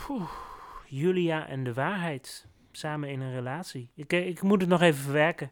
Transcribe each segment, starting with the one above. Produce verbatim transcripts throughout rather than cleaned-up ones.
Oeh, Julia en de waarheid. Samen in een relatie. Ik, ik moet het nog even verwerken.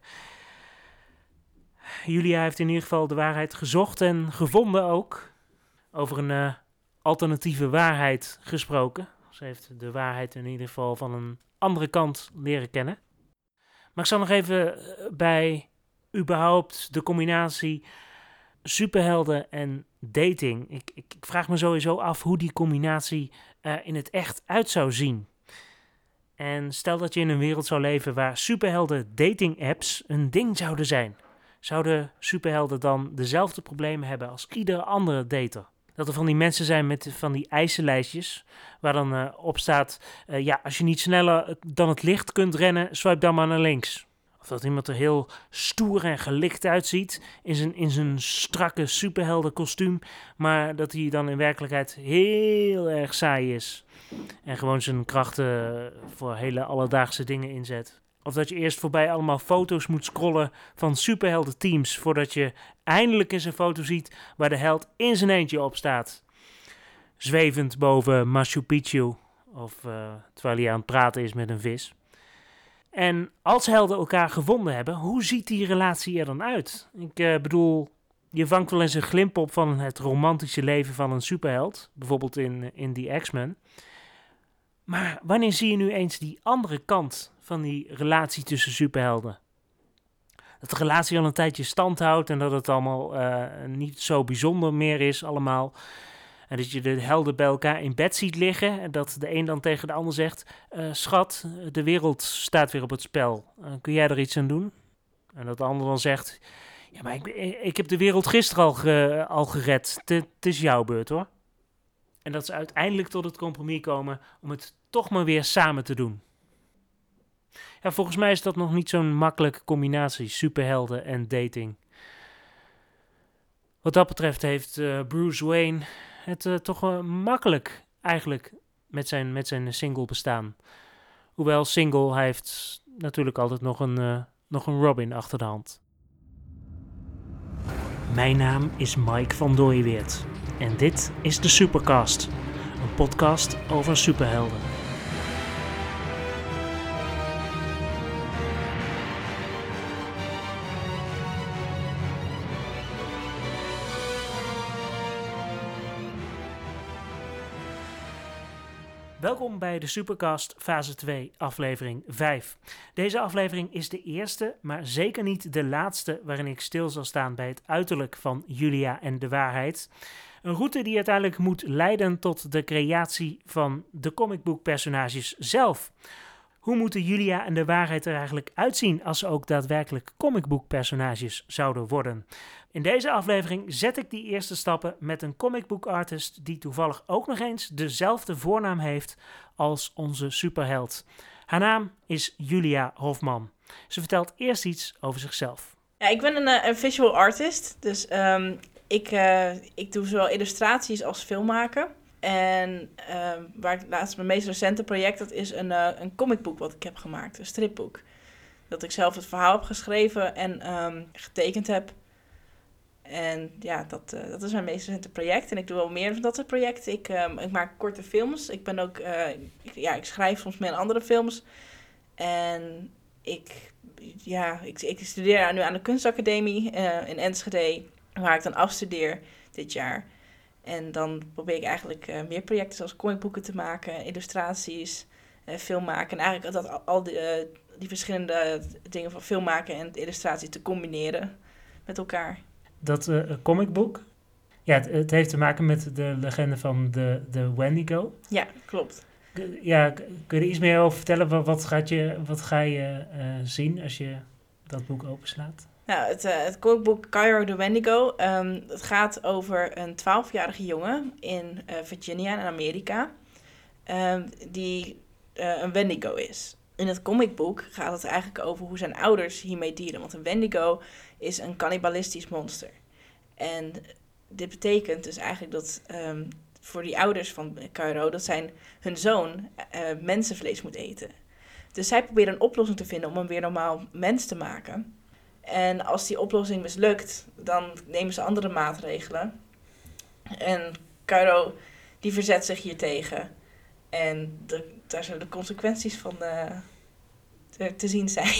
Julia heeft in ieder geval de waarheid gezocht en gevonden ook. Over een uh, alternatieve waarheid gesproken. Ze heeft de waarheid in ieder geval van een andere kant leren kennen. Maar ik zal nog even bij überhaupt de combinatie superhelden en dating. Ik, ik, ik vraag me sowieso af hoe die combinatie er in het echt uit zou zien. En stel dat je in een wereld zou leven waar superhelden dating apps een ding zouden zijn. Zouden superhelden dan dezelfde problemen hebben als iedere andere dater? Dat er van die mensen zijn met van die eisenlijstjes, waar dan uh, op staat, uh, ja, als je niet sneller dan het licht kunt rennen, swipe dan maar naar links. Of dat iemand er heel stoer en gelikt uitziet in zijn, in zijn strakke superheldenkostuum, maar dat hij dan in werkelijkheid heel erg saai is. En gewoon zijn krachten voor hele alledaagse dingen inzet. Of dat je eerst voorbij allemaal foto's moet scrollen van superheldenteams, voordat je eindelijk eens een foto ziet waar de held in zijn eentje op staat. Zwevend boven Machu Picchu, of uh, terwijl hij aan het praten is met een vis. En als helden elkaar gevonden hebben, hoe ziet die relatie er dan uit? Ik uh, bedoel, je vangt wel eens een glimp op van het romantische leven van een superheld, bijvoorbeeld in, in The X-Men. Maar wanneer zie je nu eens die andere kant van die relatie tussen superhelden? Dat de relatie al een tijdje stand houdt en dat het allemaal uh, niet zo bijzonder meer is allemaal. En dat je de helden bij elkaar in bed ziet liggen en dat de een dan tegen de ander zegt, uh, schat, de wereld staat weer op het spel. Uh, kun jij er iets aan doen? En dat de ander dan zegt, ja, maar ik, ik heb de wereld gisteren al, ge, al gered. Het is jouw beurt hoor. En dat ze uiteindelijk tot het compromis komen om het toch maar weer samen te doen. Ja, volgens mij is dat nog niet zo'n makkelijke combinatie, superhelden en dating. Wat dat betreft heeft uh, Bruce Wayne het uh, toch uh, makkelijk eigenlijk met zijn, met zijn single bestaan. Hoewel single, hij heeft natuurlijk altijd nog een, uh, nog een Robin achter de hand. Mijn naam is Mike van Dooyeweert en dit is de Supercast, een podcast over superhelden. Welkom bij de Supercast fase twee, aflevering vijf. Deze aflevering is de eerste, maar zeker niet de laatste waarin ik stil zal staan bij het uiterlijk van Julia en de waarheid. Een route die uiteindelijk moet leiden tot de creatie van de comicboekpersonages zelf. Hoe moeten Julia en de waarheid er eigenlijk uitzien als ze ook daadwerkelijk comicboekpersonages zouden worden? In deze aflevering zet ik die eerste stappen met een comicboekartist die toevallig ook nog eens dezelfde voornaam heeft als onze superheld. Haar naam is Julia Hofman. Ze vertelt eerst iets over zichzelf. Ja, ik ben een, een visual artist, dus um, ik, uh, ik doe zowel illustraties als filmmaken. En uh, waar ik laatst mijn meest recente project, dat is een, uh, een comicboek wat ik heb gemaakt, een stripboek. Dat ik zelf het verhaal heb geschreven en um, getekend heb. En ja, dat, uh, dat is mijn meest recente project. En ik doe wel meer van dat soort projecten. Ik, um, ik maak korte films. Ik ben ook, uh, ik, ja, ik schrijf soms meer andere films. En ik, ja, ik, ik studeer nu aan de kunstacademie uh, in Enschede, waar ik dan afstudeer dit jaar. En dan probeer ik eigenlijk uh, meer projecten zoals comicboeken te maken, illustraties, uh, film maken. En eigenlijk dat, al die, uh, die verschillende dingen van film maken en illustratie te combineren met elkaar. Dat uh, comicboek, ja, het, het heeft te maken met de legende van de, de Wendigo. Ja, klopt. Ja, kun je er iets meer over vertellen? Wat, wat, gaat je, wat ga je uh, zien als je dat boek openslaat? Nou, het, uh, het comicboek Cairo the Wendigo, um, het gaat over een twaalfjarige jongen in uh, Virginia in Amerika, um, die uh, een Wendigo is. In het comicboek gaat het eigenlijk over hoe zijn ouders hiermee dealen, want een Wendigo is een cannibalistisch monster. En dit betekent dus eigenlijk dat um, voor die ouders van Cairo, dat zijn hun zoon uh, mensenvlees moet eten. Dus zij proberen een oplossing te vinden om hem weer normaal mens te maken. En als die oplossing mislukt, dan nemen ze andere maatregelen. En Cairo, die verzet zich hier tegen. En de, daar zullen de consequenties van uh, te, te zien zijn.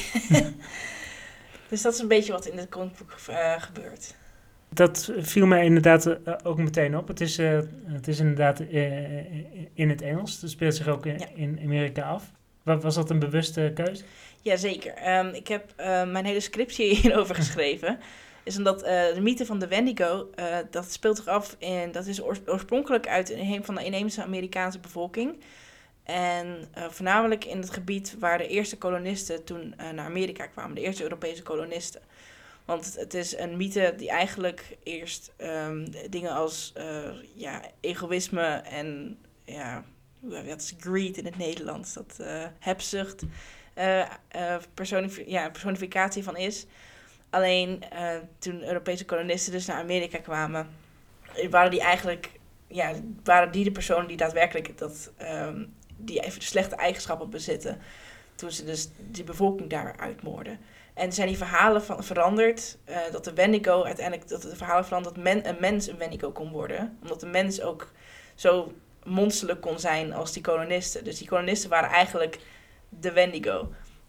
Dus dat is een beetje wat in het comicboek uh, gebeurt. Dat viel mij inderdaad uh, ook meteen op. Het is, uh, het is inderdaad uh, in het Engels. Het speelt zich ook in, ja. in Amerika af. Was dat een bewuste keuze? Jazeker. Um, ik heb uh, mijn hele scriptie hierover geschreven. Is omdat uh, de mythe van de Wendigo, uh, dat speelt zich af in, dat is oors- oorspronkelijk uit een van de inheemse Amerikaanse bevolking. En uh, voornamelijk in het gebied waar de eerste kolonisten toen uh, naar Amerika kwamen, de eerste Europese kolonisten. Want het, het is een mythe die eigenlijk eerst um, dingen als uh, ja, egoïsme en ja, wat is greed in het Nederlands, dat uh, hebzucht, uh, uh, personif- ja, personificatie van is. Alleen uh, toen Europese kolonisten dus naar Amerika kwamen, waren die eigenlijk, ja, waren die de personen die daadwerkelijk dat, um, die even de slechte eigenschappen bezitten. Toen ze dus die bevolking daar uitmoorden. En zijn die verhalen van veranderd, uh, dat de Wendigo uiteindelijk, dat de verhalen veranderd dat men, een mens een Wendigo kon worden. Omdat de mens ook zo monsterlijk kon zijn als die kolonisten. Dus die kolonisten waren eigenlijk de Wendigo.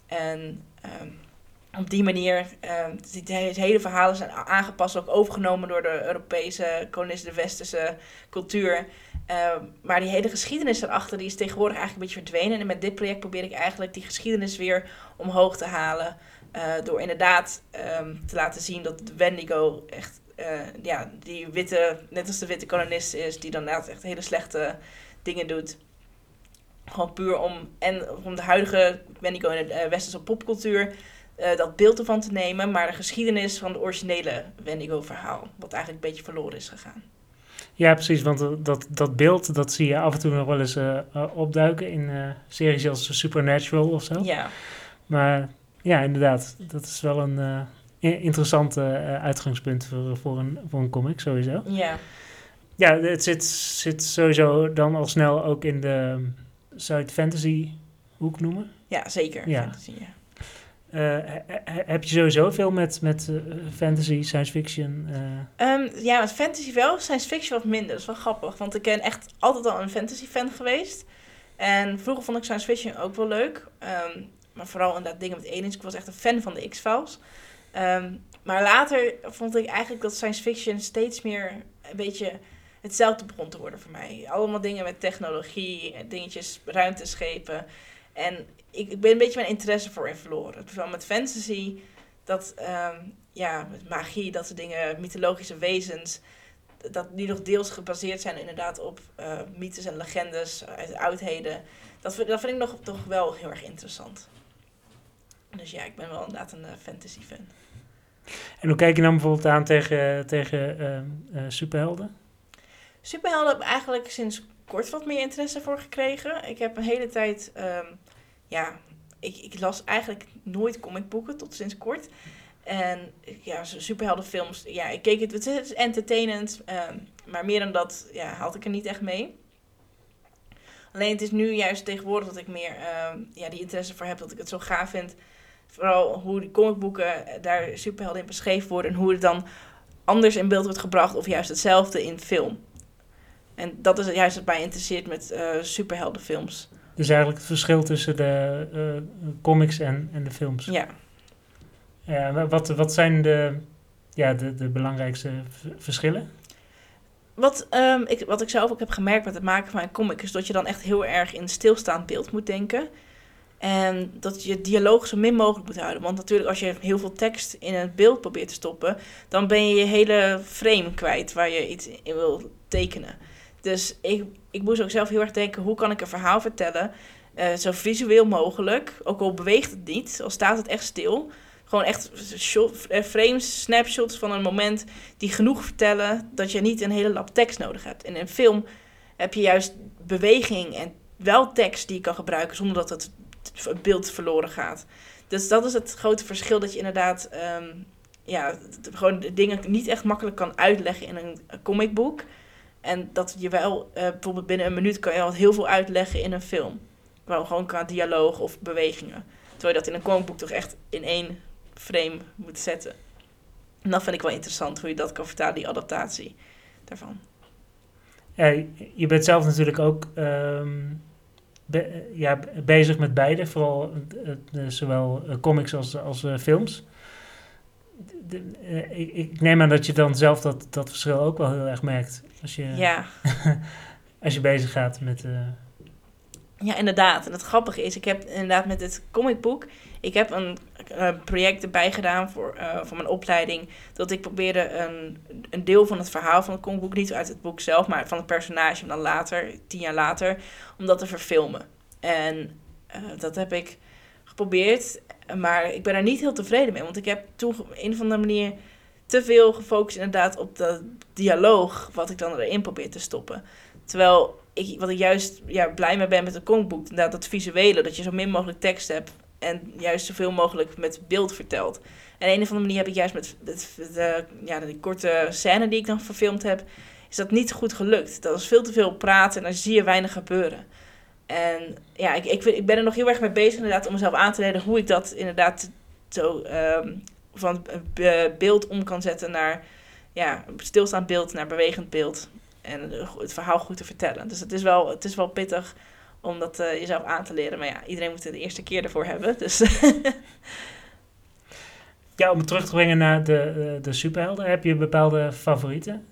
En um, op die manier, uh, het hele verhalen zijn aangepast, ook overgenomen door de Europese kolonisten, de westerse cultuur. Uh, maar die hele geschiedenis erachter, die is tegenwoordig eigenlijk een beetje verdwenen. En met dit project probeer ik eigenlijk die geschiedenis weer omhoog te halen. Uh, door inderdaad um, te laten zien dat de Wendigo echt, uh, ja, die witte, net als de witte kolonist is, die dan inderdaad echt hele slechte dingen doet. Gewoon puur om, en om de huidige Wendigo in de uh, westerse popcultuur, uh, dat beeld ervan te nemen, maar de geschiedenis van de originele Wendigo-verhaal, wat eigenlijk een beetje verloren is gegaan. Ja, precies, want dat, dat beeld, dat zie je af en toe nog wel eens uh, opduiken in uh, series als Supernatural of zo. Ja. Maar ja, inderdaad, dat is wel een uh, interessant uh, uitgangspunt voor, voor, een, voor een comic, sowieso. Ja. Ja, het zit, zit sowieso dan al snel ook in de, zou je het fantasy hoek noemen? Ja, zeker. Ja. Fantasy, ja. Uh, he, heb je sowieso veel met, met uh, fantasy, science fiction? Uh... Um, ja, met fantasy wel, science fiction wat minder. Dat is wel grappig, want ik ben echt altijd al een fantasy fan geweest. En vroeger vond ik science fiction ook wel leuk. Um, maar vooral inderdaad dingen met aliens. Ik was echt een fan van de X-Files. Um, maar later vond ik eigenlijk dat science fiction steeds meer een beetje hetzelfde begon te worden voor mij. Allemaal dingen met technologie, dingetjes, ruimteschepen. En ik, ik ben een beetje mijn interesse voor in verloren. Vooral met fantasy, dat, um, ja, met magie, dat soort dingen, mythologische wezens, dat die nog deels gebaseerd zijn inderdaad op uh, mythes en legendes uit de oudheden. Dat, dat vind ik nog toch wel heel erg interessant. Dus ja, ik ben wel inderdaad een uh, fantasy fan. En hoe kijk je dan bijvoorbeeld aan tegen, tegen uh, uh, superhelden? Superhelden heb ik eigenlijk sinds kort wat meer interesse voor gekregen. Ik heb een hele tijd, um, ja, ik, ik las eigenlijk nooit comicboeken tot sinds kort. En ja, superheldenfilms, ja, ik keek het, het is entertainend, um, maar meer dan dat, ja, had ik er niet echt mee. Alleen het is nu juist tegenwoordig dat ik meer um, ja, die interesse voor heb, dat ik het zo gaaf vind. Vooral hoe die comicboeken daar superhelden in beschreven worden en hoe het dan anders in beeld wordt gebracht of juist hetzelfde in film. En dat is juist wat mij interesseert met uh, superheldenfilms. Dus eigenlijk het verschil tussen de uh, comics en, en de films. Ja. Ja, wat, wat zijn de, ja, de, de belangrijkste v- verschillen? Wat, um, ik, wat ik zelf ook heb gemerkt met het maken van een comic is dat je dan echt heel erg in stilstaand beeld moet denken. En dat je dialoog zo min mogelijk moet houden. Want natuurlijk als je heel veel tekst in het beeld probeert te stoppen, dan ben je je hele frame kwijt waar je iets in wil tekenen. Dus ik, ik moest ook zelf heel erg denken, hoe kan ik een verhaal vertellen, uh, zo visueel mogelijk, ook al beweegt het niet, al staat het echt stil. Gewoon echt shot, frames, snapshots van een moment die genoeg vertellen dat je niet een hele lap tekst nodig hebt. En in een film heb je juist beweging en wel tekst die je kan gebruiken zonder dat het beeld verloren gaat. Dus dat is het grote verschil, dat je inderdaad um, ja, gewoon de dingen niet echt makkelijk kan uitleggen in een comicboek. En dat je wel, uh, bijvoorbeeld binnen een minuut kan je al heel veel uitleggen in een film. Wel gewoon qua dialoog of bewegingen. Terwijl je dat in een comicboek toch echt in één frame moet zetten. En dat vind ik wel interessant, hoe je dat kan vertalen, die adaptatie daarvan. Ja, je bent zelf natuurlijk ook um, be- ja, bezig met beide. Vooral uh, zowel uh, comics als, als uh, films. De, uh, ik, ik neem aan dat je dan zelf dat, dat verschil ook wel heel erg merkt. Als je, Ja. als je bezig gaat met... Uh... Ja, inderdaad. En het grappige is, ik heb inderdaad met dit comicboek... Ik heb een, een project erbij gedaan voor, uh, voor mijn opleiding. Dat ik probeerde een, een deel van het verhaal van het comicboek... niet uit het boek zelf, maar van het personage... dan later, tien jaar later, om dat te verfilmen. En uh, dat heb ik geprobeerd. Maar ik ben er niet heel tevreden mee. Want ik heb toen op een of andere manier... te veel gefocust inderdaad op de dialoog... wat ik dan erin probeer te stoppen. Terwijl... Ik, wat ik juist ja, blij mee ben met het comicboek, inderdaad dat visuele, dat je zo min mogelijk tekst hebt en juist zoveel mogelijk met beeld vertelt. En een of andere manier heb ik juist met, met, met de, ja, de korte scène die ik dan verfilmd heb, is dat niet goed gelukt. Dat is veel te veel praten en dan zie je weinig gebeuren. En ja, ik, ik, ik ben er nog heel erg mee bezig inderdaad om mezelf aan te leren hoe ik dat inderdaad zo um, van uh, beeld om kan zetten naar ja, stilstaand beeld naar bewegend beeld. En het verhaal goed te vertellen. Dus het is wel, het is wel pittig om dat uh, jezelf aan te leren. Maar ja, iedereen moet het de eerste keer ervoor hebben. Dus ja, om het terug te brengen naar de, de superhelden. Heb je bepaalde favorieten?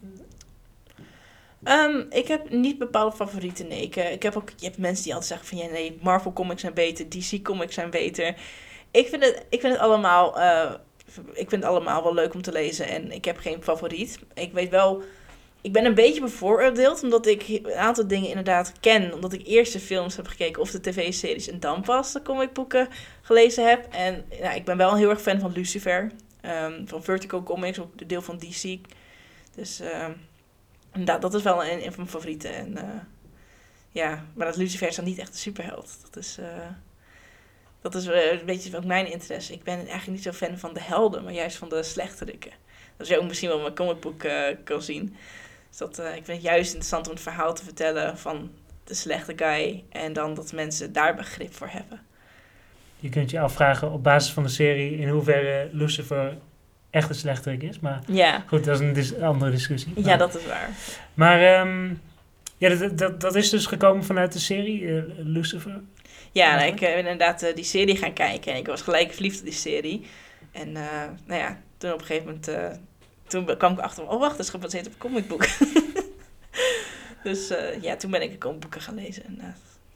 Um, ik heb niet bepaalde favorieten, nee. Ik, uh, ik heb ook, je hebt mensen die altijd zeggen van... ja, nee, Marvel comics zijn beter, D C comics zijn beter. Ik vind het, ik vind het allemaal... Uh, ik vind het allemaal wel leuk om te lezen. En ik heb geen favoriet. Ik weet wel... Ik ben een beetje bevooroordeeld, omdat ik een aantal dingen inderdaad ken. Omdat ik eerst de films heb gekeken of de tv-series en dan pas de comicboeken gelezen heb. En nou, ik ben wel heel erg fan van Lucifer, um, van Vertigo Comics, ook de deel van D C. Dus uh, inderdaad, dat is wel een, een van mijn favorieten. En, uh, ja, maar dat Lucifer is dan niet echt een superheld. Dat is, uh, dat is uh, een beetje ook mijn interesse. Ik ben eigenlijk niet zo fan van de helden, maar juist van de slechterikken. Dat je ook misschien wel mijn comicboek uh, kan zien. Dus dat, uh, ik vind het juist interessant om het verhaal te vertellen van de slechte guy. En dan dat mensen daar begrip voor hebben. Je kunt je afvragen op basis van de serie in hoeverre Lucifer echt een slechterik is. Maar ja. Goed, dat is een dis- andere discussie. Ja, maar, dat is waar. Maar um, ja, dat, dat, dat is dus gekomen vanuit de serie uh, Lucifer. Ja, nou, ik ben inderdaad uh, die serie gaan kijken. En ik was gelijk verliefd op die serie. En uh, nou ja, toen op een gegeven moment... Uh, Toen kwam ik achter, oh wacht, dat is gebaseerd op een comicboek. dus uh, ja, toen ben ik de comicboeken gaan lezen. En, uh,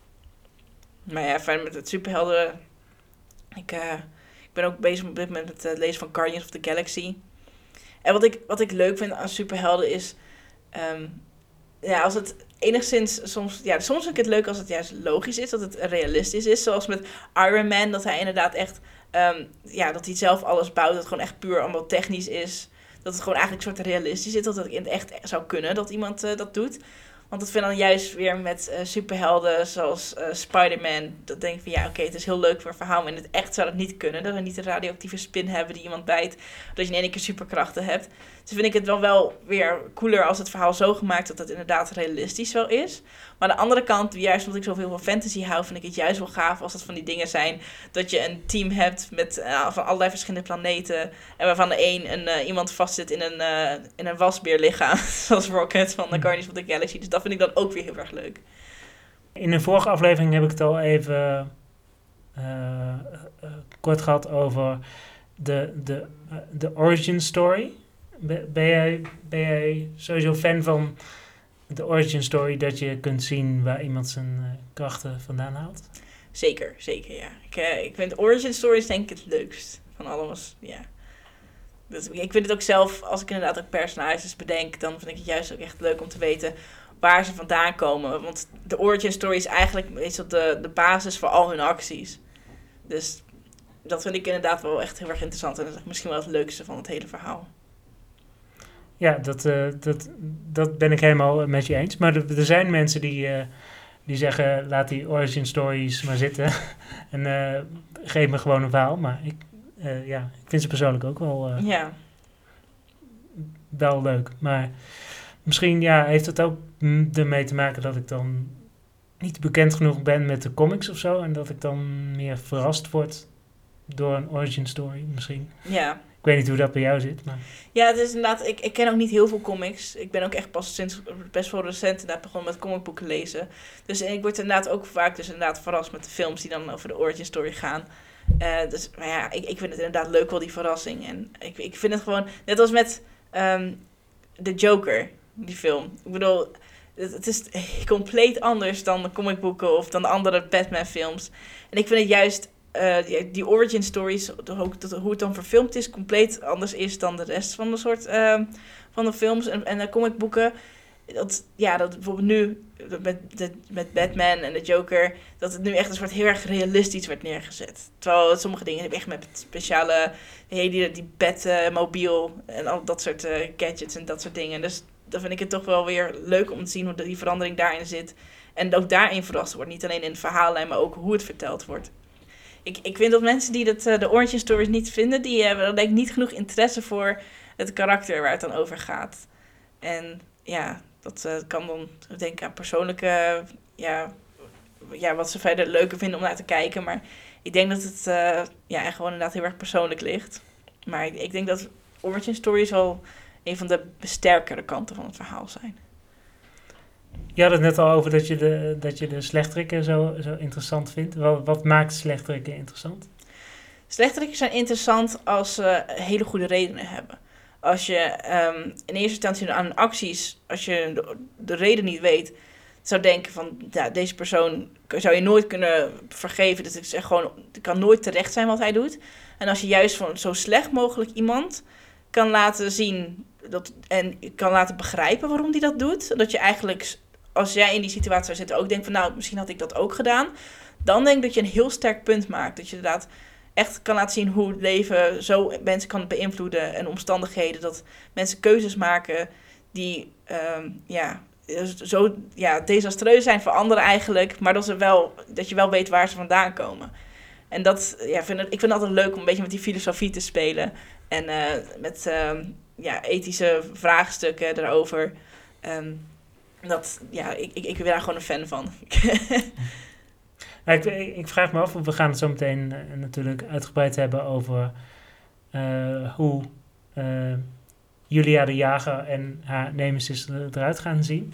maar ja, verder met het superhelden. Ik, uh, ik ben ook bezig op dit moment met het lezen van Guardians of the Galaxy. En wat ik, wat ik leuk vind aan superhelden is... Um, ja, als het enigszins soms... Ja, soms vind ik het leuk als het juist logisch is, dat het realistisch is. Zoals met Iron Man, dat hij inderdaad echt... Um, ja, dat hij zelf alles bouwt, dat het gewoon echt puur allemaal technisch is... Dat het gewoon eigenlijk een soort realistisch is. Dat het in het echt zou kunnen dat iemand uh, dat doet. Want dat vind ik dan juist weer met uh, superhelden zoals uh, Spider-Man. Dat denk ik van ja, oké, okay, het is heel leuk voor een verhaal. Maar in het echt zou dat niet kunnen. Dat we niet een radioactieve spin hebben die iemand bijt. Dat je in één keer superkrachten hebt. Dus vind ik het wel, wel weer cooler als het verhaal zo gemaakt dat het inderdaad realistisch wel is. Maar aan de andere kant, juist omdat ik zoveel van fantasy hou, vind ik het juist wel gaaf als het van die dingen zijn. Dat je een team hebt met uh, van allerlei verschillende planeten. En waarvan de een een, uh, iemand vastzit in een, uh, in een wasbeerlichaam. Zoals Rocket van The Guardians of the Galaxy. Dus dat vind ik dan ook weer heel erg leuk. In een vorige aflevering heb ik het al even uh, uh, kort gehad over de, de, uh, de origin story. Ben jij, ben jij sowieso fan van de origin story, dat je kunt zien waar iemand zijn uh, krachten vandaan haalt? Zeker, zeker, ja. Ik, uh, ik vind origin stories denk ik het leukst van alles, ja. Dus ik vind het ook zelf, als ik inderdaad ook personages bedenk, dan vind ik het juist ook echt leuk om te weten waar ze vandaan komen. Want de origin story is eigenlijk meestal de, de basis voor al hun acties. Dus dat vind ik inderdaad wel echt heel erg interessant. En dat is misschien wel het leukste van het hele verhaal. Ja, dat, uh, dat, dat ben ik helemaal met je eens. Maar er, er zijn mensen die, uh, die zeggen, laat die origin stories maar zitten. en uh, geef me gewoon een verhaal. Maar ik, uh, ja, ik vind ze persoonlijk ook wel, uh, ja. wel leuk. Maar misschien ja, heeft het ook ermee te maken dat ik dan niet bekend genoeg ben met de comics of zo. En dat ik dan meer verrast word door een origin story misschien. Ja. Ik weet niet hoe dat bij jou zit. Maar... Ja, het is inderdaad, ik, ik ken ook niet heel veel comics. Ik ben ook echt pas sinds best wel recent inderdaad begonnen met comicboeken lezen. Dus ik word inderdaad ook vaak dus inderdaad verrast met de films die dan over de origin story gaan. Uh, dus maar ja, ik, ik vind het inderdaad leuk wel die verrassing. En ik, ik vind het gewoon, net als met um, The Joker, die film. Ik bedoel, het, het is compleet anders dan de comicboeken of dan de andere Batman films. En ik vind het juist... Uh, die, die origin stories, ook dat, hoe het dan verfilmd is, compleet anders is dan de rest van de soort uh, van de films en, en de comicboeken. Dat, ja, dat bijvoorbeeld nu met, de, met Batman en de Joker, dat het nu echt een soort heel erg realistisch werd neergezet. Terwijl sommige dingen heb ik echt met speciale, hey, die, die Batmobiel en al dat soort uh, gadgets en dat soort dingen. Dus dan vind ik het toch wel weer leuk om te zien hoe die verandering daarin zit. En ook daarin verrast wordt. Niet alleen in het verhaallijn, maar ook hoe het verteld wordt. Ik, ik vind dat mensen die dat, uh, de origin stories niet vinden, die hebben dan denk ik niet genoeg interesse voor het karakter waar het dan over gaat. En ja, dat uh, kan dan denk ik aan persoonlijke, ja, ja, wat ze verder leuker vinden om naar te kijken. Maar ik denk dat het uh, ja, echt gewoon inderdaad heel erg persoonlijk ligt. Maar ik, ik denk dat origin stories wel een van de sterkere kanten van het verhaal zijn. Je had het net al over dat je de, dat je de slechterikken zo, zo interessant vindt. Wat, wat maakt slechterikken interessant? Slechterikken zijn interessant als ze hele goede redenen hebben. Als je um, in eerste instantie aan acties, als je de, de reden niet weet, zou denken van, ja, deze persoon zou je nooit kunnen vergeven. Dus het is echt gewoon, het kan nooit terecht zijn wat hij doet. En als je juist van zo slecht mogelijk iemand kan laten zien dat, en kan laten begrijpen waarom hij dat doet, dat je eigenlijk, als jij in die situatie zou zitten, ook denkt van, nou, misschien had ik dat ook gedaan. Dan denk ik dat je een heel sterk punt maakt. Dat je inderdaad echt kan laten zien hoe het leven zo mensen kan beïnvloeden en omstandigheden. Dat mensen keuzes maken die um, ja, zo ja, desastreus zijn voor anderen eigenlijk. Maar dat, ze wel, dat je wel weet waar ze vandaan komen. En dat, ja, vind ik, ik vind het altijd leuk om een beetje met die filosofie te spelen. En uh, met um, ja, ethische vraagstukken daarover. Um, dat, ja, ik, ik, ik ben daar gewoon een fan van. Ja, ik, ik vraag me af, we gaan het zo meteen uh, natuurlijk uitgebreid hebben over uh, hoe uh, Julia de Jager en haar nemesis eruit gaan zien.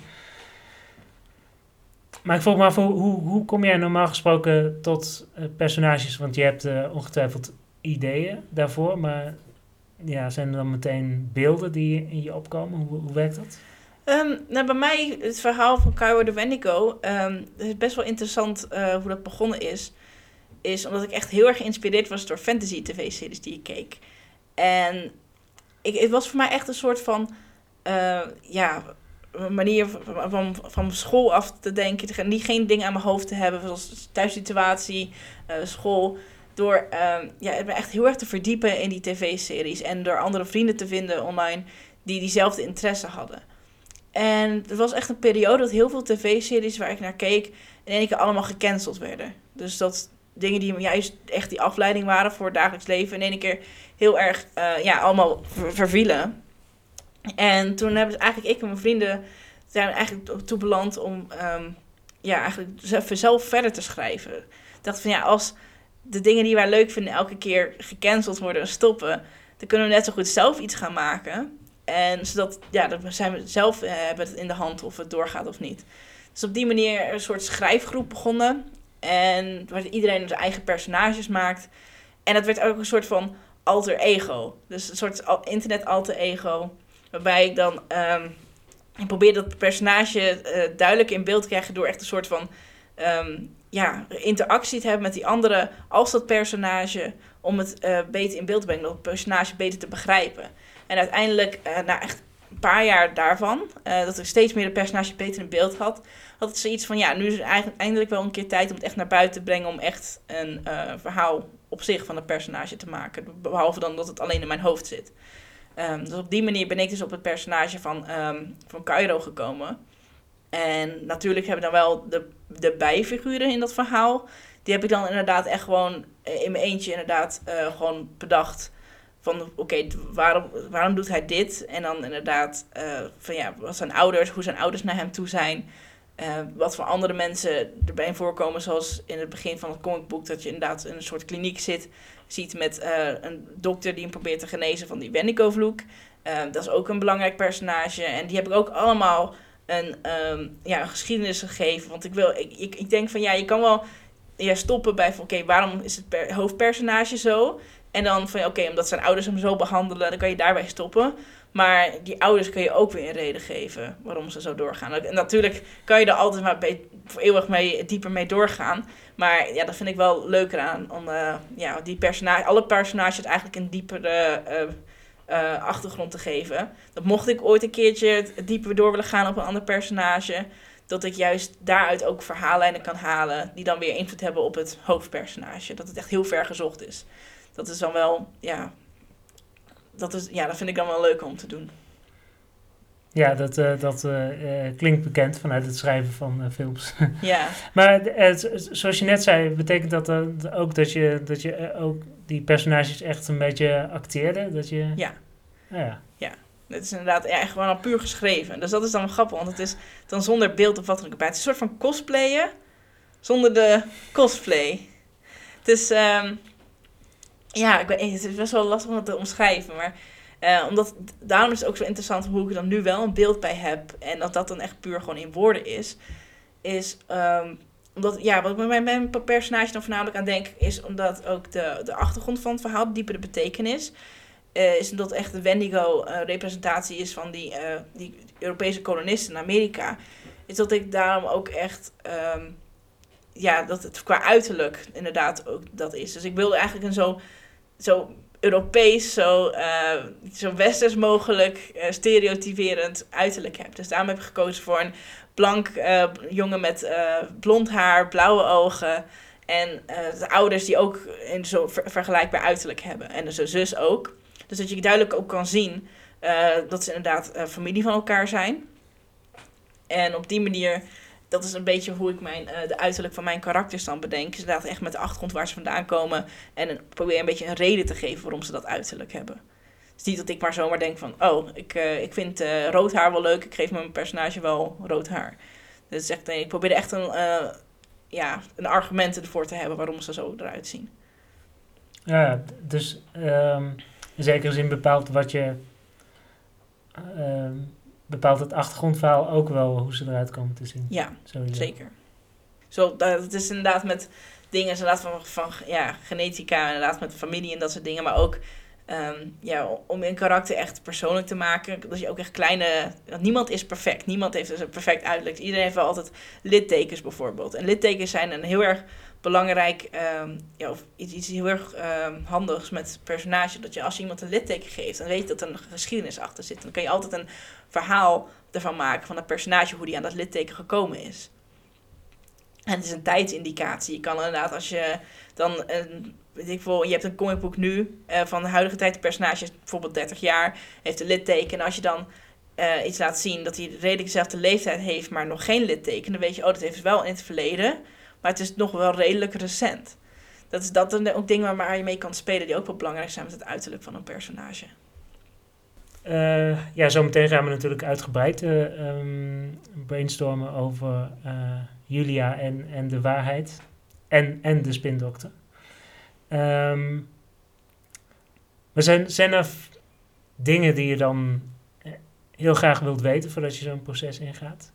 Maar ik vroeg me af, hoe, hoe, hoe kom jij normaal gesproken tot uh, personages? Want je hebt uh, ongetwijfeld ideeën daarvoor, maar ja, zijn er dan meteen beelden die in je opkomen? Hoe, hoe werkt dat? Um, nou, bij mij, het verhaal van Cairo de Wendigo, um, het is best wel interessant uh, hoe dat begonnen is. Is omdat ik echt heel erg geïnspireerd was door fantasy tv-series die ik keek. En ik, het was voor mij echt een soort van, uh, ja, manier van, van, van school af te denken. Niet geen dingen aan mijn hoofd te hebben, zoals thuissituatie, uh, school. Door uh, ja, me echt heel erg te verdiepen in die tv-series. En door andere vrienden te vinden online die diezelfde interesse hadden. En er was echt een periode dat heel veel tv-series waar ik naar keek in één keer allemaal gecanceld werden. Dus dat dingen die juist echt die afleiding waren voor het dagelijks leven in één keer heel erg uh, ja, allemaal ver- vervielen. En toen hebben eigenlijk ik en mijn vrienden zijn we eigenlijk toe beland om um, ja, eigenlijk zelf verder te schrijven. Ik dacht van ja, als de dingen die wij leuk vinden elke keer gecanceld worden en stoppen, dan kunnen we net zo goed zelf iets gaan maken. En zodat, ja, dan zijn we zelf uh, hebben het in de hand of het doorgaat of niet. Dus op die manier een soort schrijfgroep begonnen. En waar iedereen zijn eigen personages maakt. En dat werd ook een soort van alter ego. Dus een soort internet alter ego. Waarbij ik dan um, ik probeer dat personage uh, duidelijk in beeld te krijgen door echt een soort van um, ja, interactie te hebben met die andere als dat personage. Om het uh, beter in beeld te brengen, om het personage beter te begrijpen. En uiteindelijk, uh, na echt een paar jaar daarvan, uh, dat ik steeds meer de personage beter in beeld had, had het zoiets van, ja, nu is het eigenlijk eindelijk wel een keer tijd om het echt naar buiten te brengen, om echt een uh, verhaal op zich van het personage te maken. Behalve dan dat het alleen in mijn hoofd zit. Um, dus op die manier ben ik dus op het personage van, um, van Cairo gekomen. En natuurlijk hebben dan wel de, de bijfiguren in dat verhaal. Die heb ik dan inderdaad echt gewoon in mijn eentje inderdaad uh, gewoon bedacht. Van oké, okay, waarom, waarom doet hij dit? En dan inderdaad uh, van ja, wat zijn ouders, hoe zijn ouders naar hem toe zijn. Uh, wat voor andere mensen erbij voorkomen, zoals in het begin van het comicboek, dat je inderdaad in een soort kliniek zit, ziet met uh, een dokter die hem probeert te genezen van die Wendigo-vloek. Uh, dat is ook een belangrijk personage. En die heb ik ook allemaal een, um, ja, een geschiedenis gegeven. Want ik, wil, ik, ik, ik denk van ja, je kan wel ja, stoppen bij van oké, okay, waarom is het per, hoofdpersonage zo? En dan van ja, oké, okay, omdat zijn ouders hem zo behandelen, dan kan je daarbij stoppen. Maar die ouders kun je ook weer een reden geven waarom ze zo doorgaan. En natuurlijk kan je er altijd maar bij, voor eeuwig mee, dieper mee doorgaan. Maar ja, dat vind ik wel leuker aan. Om uh, ja, die personage, alle personages eigenlijk een diepere uh, uh, achtergrond te geven. Dat mocht ik ooit een keertje dieper door willen gaan op een ander personage. Dat ik juist daaruit ook verhaallijnen kan halen die dan weer invloed hebben op het hoofdpersonage. Dat het echt heel ver gezocht is. Dat is dan wel, ja... Dat, is, ja, dat vind ik dan wel leuk om te doen. Ja, dat, uh, dat uh, uh, klinkt bekend vanuit het schrijven van uh, films. Ja. Maar uh, zoals je net zei, betekent dat uh, ook dat je, dat je uh, ook die personages echt een beetje acteerde? Dat je... Ja. Ah, ja. Ja. Het is inderdaad echt gewoon al puur geschreven. Dus dat is dan wel grappig, want het is dan zonder beeld of wat dan ook bij. Het is een soort van cosplayen zonder de cosplay. Het is... Um, Ja, ik weet, het is best wel lastig om het te omschrijven, maar uh, omdat, daarom is het ook zo interessant hoe ik er dan nu wel een beeld bij heb en dat dat dan echt puur gewoon in woorden is, is um, omdat, ja, wat ik bij mijn personage dan voornamelijk aan denk, is omdat ook de, de achtergrond van het verhaal, de diepere betekenis, uh, is omdat echt de Wendigo uh, representatie is van die, uh, die Europese kolonisten in Amerika, is dat ik daarom ook echt... Um, ja, dat het qua uiterlijk inderdaad ook dat is. Dus ik wilde eigenlijk een zo, zo Europees, zo, uh, zo westers mogelijk uh, stereotyperend uiterlijk heb. Dus daarom heb ik gekozen voor een blank uh, jongen met uh, blond haar, blauwe ogen. En uh, de ouders die ook een zo ver- vergelijkbaar uiterlijk hebben. En zijn zus ook. Dus dat je duidelijk ook kan zien uh, dat ze inderdaad uh, familie van elkaar zijn. En op die manier... Dat is een beetje hoe ik mijn, uh, de uiterlijk van mijn karakters dan bedenk. Dus inderdaad echt met de achtergrond waar ze vandaan komen. En een, probeer een beetje een reden te geven waarom ze dat uiterlijk hebben. Dus niet dat ik maar zomaar denk van... Oh, ik, uh, ik vind uh, rood haar wel leuk. Ik geef mijn personage wel rood haar. Dus echt, nee, ik probeer echt een, uh, ja, een argument ervoor te hebben waarom ze zo eruit zien. Ja, dus um, in zekere zin bepaalt wat je... Um, bepaalt het achtergrondverhaal ook wel hoe ze eruit komen te zien. Ja, sowieso. Zeker. Zo, dat, het is inderdaad met dingen inderdaad van, van ja, genetica, inderdaad met familie en dat soort dingen, maar ook um, ja, om een karakter echt persoonlijk te maken, dat je ook echt kleine... Want niemand is perfect. Niemand heeft dus een perfect uiterlijk. Iedereen heeft wel altijd littekens bijvoorbeeld. En littekens zijn een heel erg belangrijk, um, ja, of iets, iets heel erg um, handigs met personage. Dat je als je iemand een litteken geeft, dan weet je dat er een geschiedenis achter zit. Dan kan je altijd een verhaal ervan maken van dat personage, hoe die aan dat litteken gekomen is. En het is een tijdsindicatie. Je kan inderdaad, als je dan, een, weet ik veel, je hebt een comicboek nu, uh, van de huidige tijd, de personage is bijvoorbeeld dertig jaar, heeft een litteken. En als je dan uh, iets laat zien dat hij redelijk dezelfde leeftijd heeft, maar nog geen litteken, dan weet je, oh, dat heeft wel in het verleden, maar het is nog wel redelijk recent. Dat is dat dan ook dingen waar je mee kan spelen, die ook wel belangrijk zijn met het uiterlijk van een personage. Uh, ja, zometeen gaan we natuurlijk uitgebreid uh, um, brainstormen over uh, Julia en, en de waarheid. En, en de spindokter. Um, maar zijn, zijn er f- dingen die je dan heel graag wilt weten voordat je zo'n proces ingaat?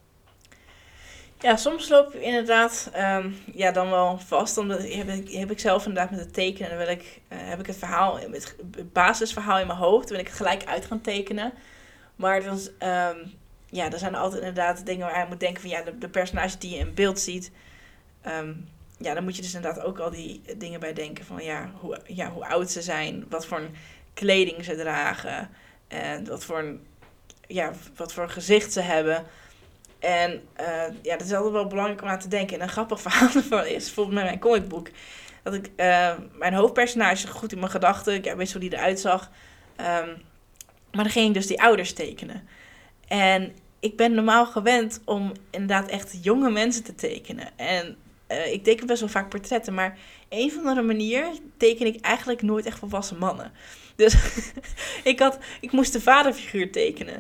Ja, soms loop je inderdaad um, ja, dan wel vast. Dan heb ik, heb ik zelf inderdaad met het tekenen. Dan wil ik, uh, heb ik het verhaal, het basisverhaal in mijn hoofd. Dan wil ik het gelijk uit gaan tekenen. Maar dan, um, ja, er zijn altijd inderdaad dingen waar je moet denken van ja, de, de personages die je in beeld ziet. Um, ja, dan moet je dus inderdaad ook al die dingen bij denken van ja, hoe, ja, hoe oud ze zijn. Wat voor een kleding ze dragen. En wat voor een, ja, wat voor een gezicht ze hebben. En uh, ja, dat is altijd wel belangrijk om aan te denken. En een grappig verhaal ervan is, bijvoorbeeld met mijn comicboek, dat ik uh, mijn hoofdpersonage goed in mijn gedachten, ik wist hoe die eruit zag. Um, maar dan ging ik dus die ouders tekenen. En ik ben normaal gewend om inderdaad echt jonge mensen te tekenen. En uh, ik teken best wel vaak portretten, maar een of andere manier teken ik eigenlijk nooit echt volwassen mannen. Dus ik, had, ik moest de vaderfiguur tekenen.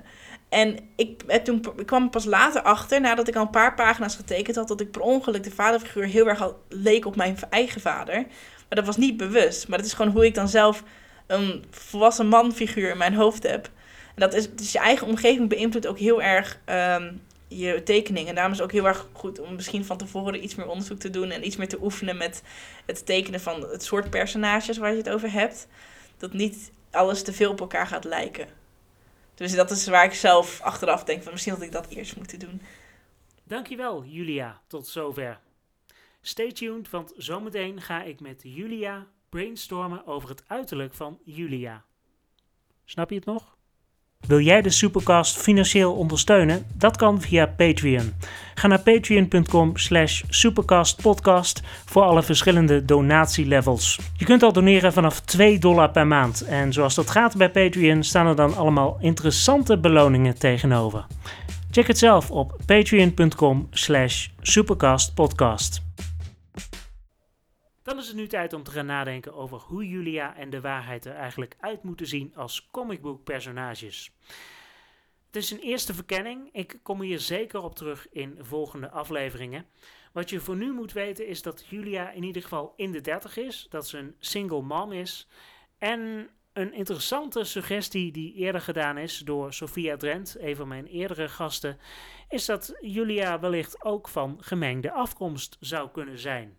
En ik, heb toen, ik kwam pas later achter, nadat ik al een paar pagina's getekend had, dat ik per ongeluk de vaderfiguur heel erg al leek op mijn eigen vader. Maar dat was niet bewust. Maar dat is gewoon hoe ik dan zelf een volwassen manfiguur in mijn hoofd heb. En dat is, dus je eigen omgeving beïnvloedt ook heel erg um, je tekening. En daarom is het ook heel erg goed om misschien van tevoren iets meer onderzoek te doen en iets meer te oefenen met het tekenen van het soort personages waar je het over hebt. Dat niet alles te veel op elkaar gaat lijken. Dus dat is waar ik zelf achteraf denk van misschien had ik dat eerst moeten doen. Dankjewel, Julia. Tot zover. Stay tuned, want zometeen ga ik met Julia brainstormen over het uiterlijk van Julia. Snap je het nog? Wil jij de Supercast financieel ondersteunen? Dat kan via Patreon. Ga naar patreon.com slash supercastpodcast voor alle verschillende donatielevels. Je kunt al doneren vanaf twee dollar per maand. En zoals dat gaat bij Patreon staan er dan allemaal interessante beloningen tegenover. Check het zelf op patreon.com slash supercastpodcast. Dan is het nu tijd om te gaan nadenken over hoe Julia en de waarheid er eigenlijk uit moeten zien als comicbookpersonages. Het is een eerste verkenning. Ik kom hier zeker op terug in volgende afleveringen. Wat je voor nu moet weten is dat Julia in ieder geval in de dertig is, dat ze een single mom is. En een interessante suggestie die eerder gedaan is door Sophia Drent, een van mijn eerdere gasten, is dat Julia wellicht ook van gemengde afkomst zou kunnen zijn.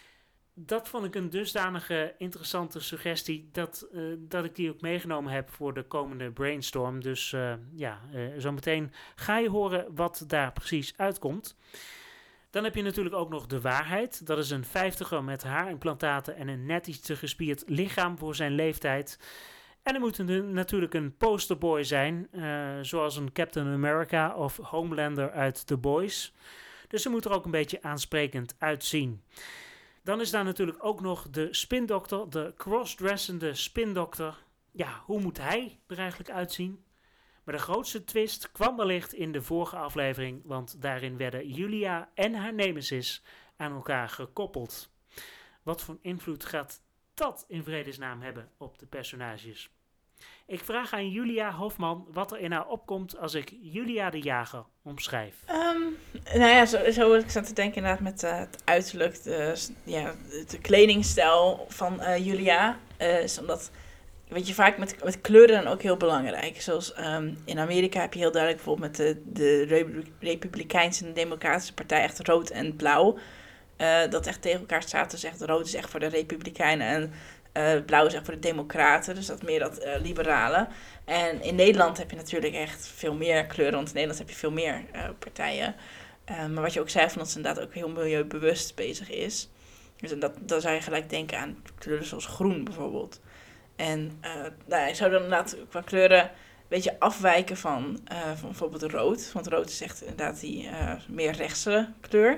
Dat vond ik een dusdanige interessante suggestie dat, uh, dat ik die ook meegenomen heb voor de komende brainstorm. Dus uh, ja, uh, zometeen ga je horen wat daar precies uitkomt. Dan heb je natuurlijk ook nog de waarheid. Dat is een vijftiger met haarimplantaten en een net iets te gespierd lichaam voor zijn leeftijd. En er moet een, natuurlijk een posterboy zijn, uh, zoals een Captain America of Homelander uit The Boys. Dus ze moet er ook een beetje aansprekend uitzien. Dan is daar natuurlijk ook nog de spindokter, de crossdressende spindokter. Ja, hoe moet hij er eigenlijk uitzien? Maar de grootste twist kwam wellicht in de vorige aflevering, want daarin werden Julia en haar nemesis aan elkaar gekoppeld. Wat voor invloed gaat dat in vredesnaam hebben op de personages? Ik vraag aan Julia Hofman wat er in haar opkomt als ik Julia de Jager omschrijf. Um, nou ja, zo, zo ik zat te denken inderdaad met uh, het uiterlijk, de, ja, de kledingstijl van uh, Julia. Uh, is omdat, weet je, vaak met, met kleuren dan ook heel belangrijk. Zoals um, in Amerika heb je heel duidelijk bijvoorbeeld met de, de Republikeinse en Democratische Partij echt rood en blauw. Uh, dat echt tegen elkaar staat. Dus echt rood is echt voor de Republikeinen en Uh, blauw is echt voor de democraten, dus dat meer dat uh, liberale. En in Nederland heb je natuurlijk echt veel meer kleuren, want in Nederland heb je veel meer uh, partijen. Uh, maar wat je ook zei, van dat ze inderdaad ook heel milieubewust bezig is. Dus dat, dan zou je gelijk denken aan kleuren zoals groen bijvoorbeeld. En uh, nou ja, ik zou dan inderdaad qua kleuren een beetje afwijken van, uh, van bijvoorbeeld rood. Want rood is echt inderdaad die uh, meer rechtse kleur.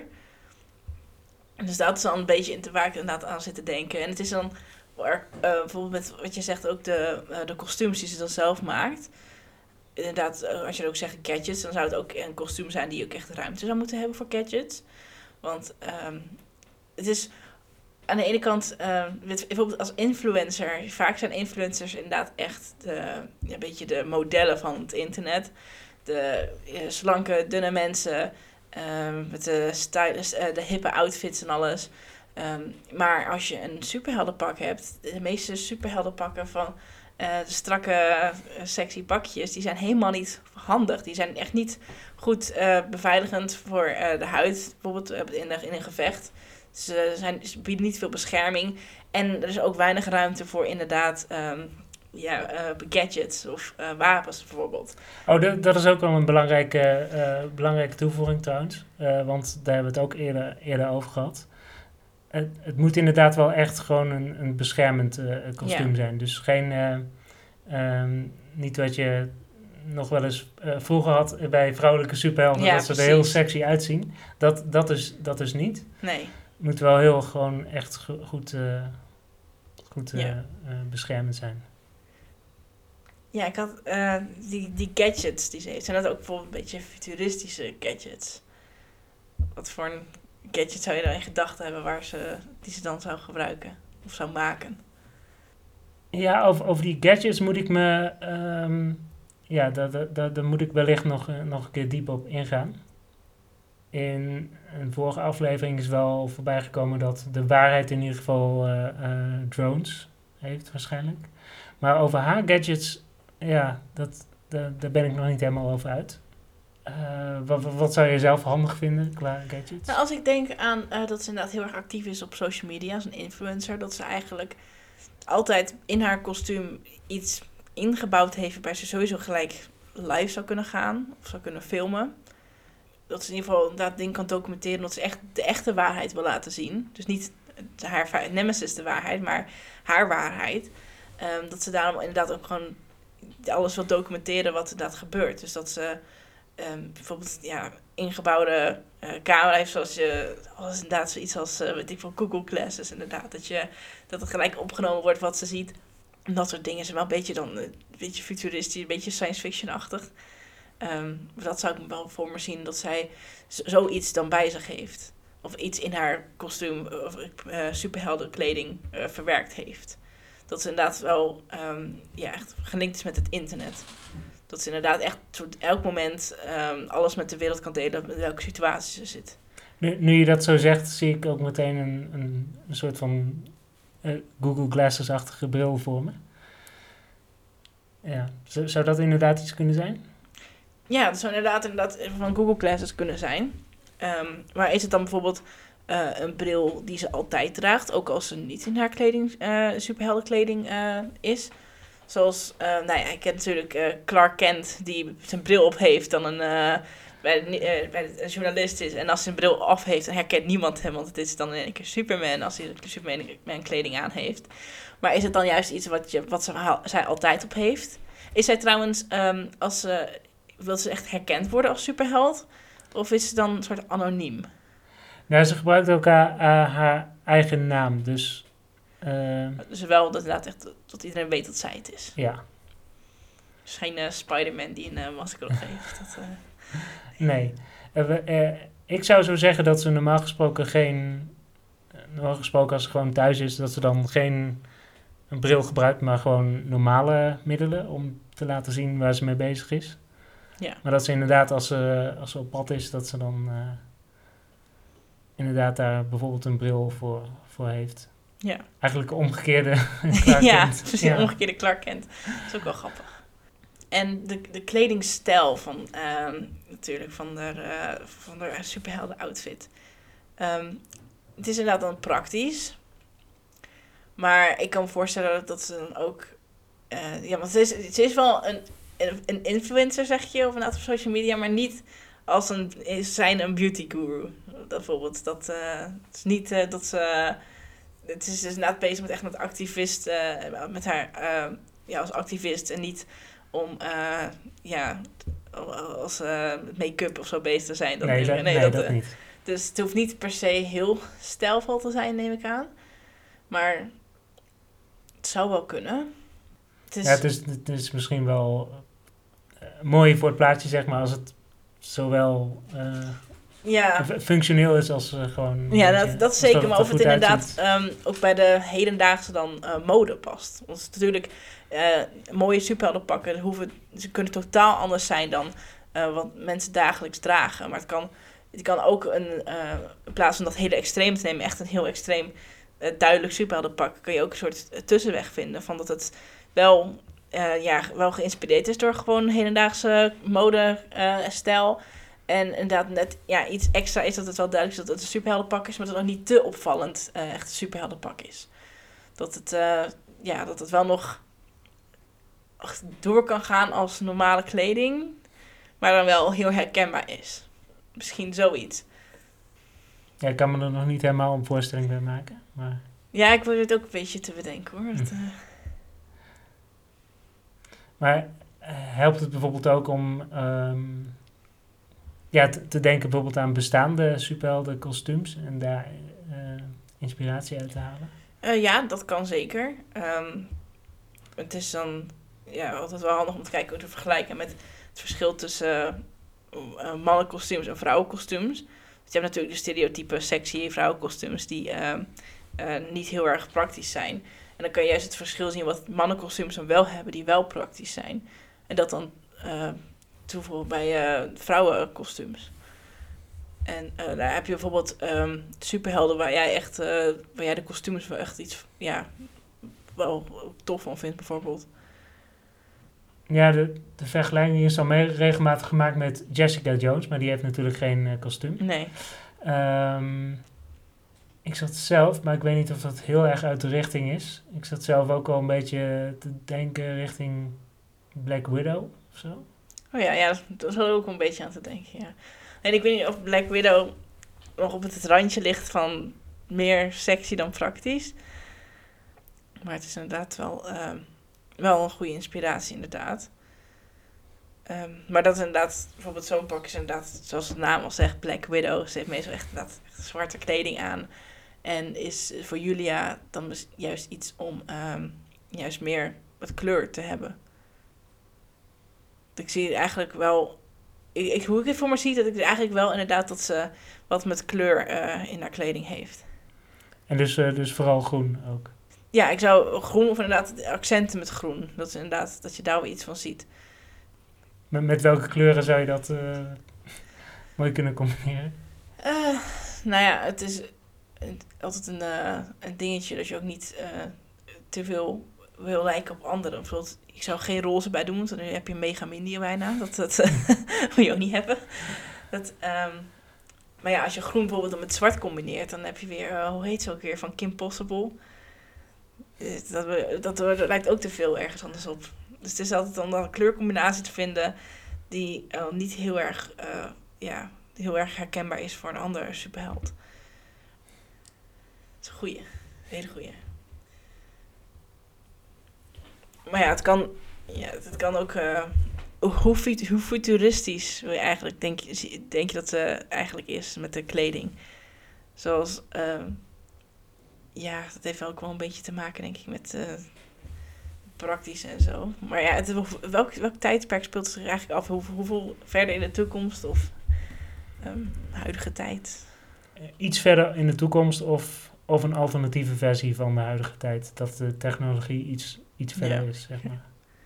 En dus dat is dan een beetje in te waar ik inderdaad aan zit te denken. En het is dan waar, uh, bijvoorbeeld met wat je zegt, ook de, uh, de kostuums die ze dan zelf maakt. Inderdaad, uh, als je ook zegt gadgets, dan zou het ook een kostuum zijn die ook echt ruimte zou moeten hebben voor gadgets. Want um, het is aan de ene kant, uh, bijvoorbeeld als influencer, vaak zijn influencers inderdaad echt de, ja, een beetje de modellen van het internet. De uh, slanke, dunne mensen, uh, met de, stylist, uh, de hippe outfits en alles. Um, maar als je een superheldenpak hebt, de meeste superheldenpakken van uh, de strakke, uh, sexy pakjes, die zijn helemaal niet handig. Die zijn echt niet goed uh, beveiligend voor uh, de huid, bijvoorbeeld uh, in, de, in een gevecht. Ze, zijn, ze bieden niet veel bescherming. En er is ook weinig ruimte voor inderdaad um, ja, uh, gadgets of uh, wapens bijvoorbeeld. Oh, de, dat is ook wel een belangrijke, uh, belangrijke toevoeging trouwens. Uh, want daar hebben we het ook eerder, eerder over gehad. Het, het moet inderdaad wel echt gewoon een, een beschermend uh, kostuum ja. zijn. Dus geen, uh, um, niet wat je nog wel eens uh, vroeger had bij vrouwelijke superhelden, ja, dat ze precies. er heel sexy uitzien. Dat, dat, is, dat is niet. Nee. Het moet wel heel gewoon echt go- goed, uh, goed uh, ja. uh, beschermend zijn. Ja, ik had uh, die, die gadgets die ze heeft. Zijn dat ook bijvoorbeeld een beetje futuristische gadgets? Wat voor een gadget zou je dan in gedachten hebben waar ze, die ze dan zou gebruiken of zou maken? Ja, over, over die gadgets moet ik me um, ja, daar, daar, daar, daar moet ik wellicht nog, uh, nog een keer diep op ingaan. In een vorige aflevering is wel voorbij gekomen dat de waarheid in ieder geval uh, uh, drones heeft waarschijnlijk. Maar over haar gadgets, ja, dat, daar, daar ben ik nog niet helemaal over uit. Uh, wat, wat zou je zelf handig vinden qua gadgets? Nou, als ik denk aan uh, dat ze inderdaad heel erg actief is op social media, als een influencer, dat ze eigenlijk altijd in haar kostuum iets ingebouwd heeft waarbij ze sowieso gelijk live zou kunnen gaan of zou kunnen filmen. Dat ze in ieder geval dat ding kan documenteren, dat ze echt de echte waarheid wil laten zien. Dus niet haar nemesis de waarheid, maar haar waarheid. Um, dat ze daarom inderdaad ook gewoon alles wil documenteren wat inderdaad gebeurt. Dus dat ze um, bijvoorbeeld ja, ingebouwde uh, camera heeft, zoals je, als inderdaad zoiets als uh, weet ik veel, Google Glasses inderdaad. Dat, je, dat het gelijk opgenomen wordt wat ze ziet. En dat soort dingen zijn wel een beetje dan een beetje futuristisch, een beetje science fiction-achtig. Um, dat zou ik me wel voor me zien, dat zij z- zoiets dan bij zich heeft. Of iets in haar kostuum of uh, superheldenkleding uh, verwerkt heeft. Dat ze inderdaad wel um, ja, echt gelinkt is met het internet. Dat ze inderdaad echt tot elk moment um, alles met de wereld kan delen, in welke situatie ze zit. Nu, nu je dat zo zegt, zie ik ook meteen een, een, een soort van uh, Google Glasses-achtige bril voor me. Ja, Z- zou dat inderdaad iets kunnen zijn? Ja, dat zou inderdaad, inderdaad van Google Glasses kunnen zijn. Um, maar is het dan bijvoorbeeld uh, een bril die ze altijd draagt, ook als ze niet in haar kleding, uh, superheldenkleding uh, is? Zoals, uh, nou ja, ik ken natuurlijk uh, Clark Kent, die zijn bril op heeft, dan een, uh, bij, de, uh, bij de, een journalist is. En als hij zijn bril af heeft, dan herkent niemand hem, want het is dan in één keer Superman als hij Superman kleding aan heeft. Maar is het dan juist iets wat, je, wat ze, zij altijd op heeft? Is zij trouwens, um, als ze... wil ze echt herkend worden als superheld? Of is ze dan een soort anoniem? Nou, ze gebruikt ook haar, haar, haar eigen naam, dus... Uh, dus wel dat inderdaad echt dat iedereen weet dat zij het is. Ja. Dus geen uh, Spider-Man die een uh, masker op heeft. Dat, uh... Nee. Uh, we, uh, ik zou zo zeggen dat ze normaal gesproken geen... Uh, normaal gesproken als ze gewoon thuis is, dat ze dan geen een bril gebruikt, maar gewoon normale middelen om te laten zien waar ze mee bezig is. Ja. Maar dat ze inderdaad, als ze, als ze op pad is, dat ze dan uh, inderdaad daar bijvoorbeeld een bril voor, voor heeft. Ja. Eigenlijk een omgekeerde Clark ja, Kent. precies, Ja, een omgekeerde Clark Kent. Dat is ook wel grappig. En de, de kledingstijl van, uh, natuurlijk, van de, uh, van de superhelden outfit. Um, het is inderdaad dan praktisch. Maar ik kan me voorstellen dat ze dan ook... Uh, ja, want ze is, ze is wel een, een influencer, zeg je, of inderdaad op social media, maar niet als een, zijn een beauty guru. Bijvoorbeeld, dat uh, het is niet uh, dat ze... Het is dus inderdaad bezig met echt met activist, uh, met haar uh, ja, als activist en niet om uh, ja, als uh, make-up of zo bezig te zijn. Dat nee, dat, nee, nee, dat, dat uh, niet. Dus het hoeft niet per se heel stijlvol te zijn, neem ik aan. Maar het zou wel kunnen. Het is, ja, het is, het is misschien wel uh, mooi voor het plaatje, zeg maar, als het zowel... Uh, Ja. functioneel is als uh, gewoon... Ja, dat, je, dat is zeker. dat maar of het inderdaad um, ook bij de hedendaagse dan uh, mode past. Want natuurlijk, uh, mooie superheldenpakken, hoeven, ze kunnen totaal anders zijn dan uh, wat mensen dagelijks dragen. Maar het kan, het kan ook, een, uh, in plaats van dat hele extreem te nemen, echt een heel extreem uh, duidelijk superheldenpak, kun je ook een soort uh, tussenweg vinden. Van dat het wel, uh, ja, wel geïnspireerd is door gewoon hedendaagse modestijl. Uh, En inderdaad net ja, iets extra is dat het wel duidelijk is dat het een superheldenpak is, maar dat het ook niet te opvallend uh, echt een superheldenpak is. Dat het, uh, ja, dat het wel nog door kan gaan als normale kleding, maar dan wel heel herkenbaar is. Misschien zoiets. Ja, ik kan me er nog niet helemaal een voorstelling bij maken. Maar... Ja, ik wil het ook een beetje te bedenken hoor. Dat, uh... Maar uh, helpt het bijvoorbeeld ook om... Um... Ja, te, te denken bijvoorbeeld aan bestaande superhelden kostuums en daar uh, inspiratie uit te halen? Uh, ja, dat kan zeker. Um, het is dan ja, altijd wel handig om te kijken hoe te vergelijken met het verschil tussen uh, uh, mannenkostuums en vrouwenkostuums. Dus je hebt natuurlijk de stereotype sexy vrouwenkostuums die uh, uh, niet heel erg praktisch zijn. En dan kan je juist het verschil zien wat mannenkostuums dan wel hebben die wel praktisch zijn. En dat dan uh, toevoegen bij uh, vrouwenkostuums. En uh, daar heb je bijvoorbeeld um, superhelden waar jij echt, uh, waar jij de kostuums wel echt iets, ja, wel tof van vindt bijvoorbeeld. Ja, de, de vergelijking is al mee regelmatig gemaakt met Jessica Jones, maar die heeft natuurlijk geen uh, kostuum. Nee. Um, ik zat zelf, maar ik weet niet of dat heel erg uit de richting is. Ik zat zelf ook al een beetje te denken richting Black Widow of zo. Oh ja, ja, daar zat ik ook een beetje aan te denken, ja. En ik weet niet of Black Widow nog op het randje ligt van meer sexy dan praktisch. Maar het is inderdaad wel, uh, wel een goede inspiratie, inderdaad. Um, maar dat is inderdaad, bijvoorbeeld zo'n pak is inderdaad, zoals de naam al zegt, Black Widow. Ze heeft meestal echt, inderdaad, echt zwarte kleding aan. En is voor Julia dan juist iets om um, juist meer wat kleur te hebben. Ik zie eigenlijk wel, ik, ik, hoe ik het voor me zie, dat ik eigenlijk wel inderdaad dat ze wat met kleur uh, in haar kleding heeft. En dus, uh, dus vooral groen ook? Ja, ik zou groen of inderdaad accenten met groen. Dat is inderdaad, dat je daar wel iets van ziet. Met, met welke kleuren zou je dat uh, mooi kunnen combineren? Uh, nou ja, het is een, altijd een, uh, een dingetje dat je ook niet uh, te veel wil lijken op anderen. Bijvoorbeeld, ik zou geen roze bij doen, want dan heb je mega mindy bijna. Dat, dat wil je ook niet hebben. Dat, um, maar ja, als je groen bijvoorbeeld dan met zwart combineert, dan heb je weer, uh, hoe heet ze ook weer, van Kim Possible. Dat, dat, dat lijkt ook te veel ergens anders op. Dus het is altijd dan een kleurcombinatie te vinden die uh, niet heel erg, uh, ja, heel erg herkenbaar is voor een ander superheld. Dat is een goeie. Een hele goeie. Maar ja, het kan, ja, het kan ook... Uh, hoe, fut- hoe futuristisch wil je eigenlijk, denk je, denk je dat het uh, eigenlijk is met de kleding? Zoals... Uh, ja, dat heeft ook wel een beetje te maken, denk ik, met... Uh, praktisch en zo. Maar ja, het, welk, welk tijdperk speelt zich eigenlijk af? Hoe, hoeveel verder in de toekomst of um, huidige tijd? Iets verder in de toekomst of, of een alternatieve versie van de huidige tijd. Dat de technologie iets, iets verder ja. is, zeg maar.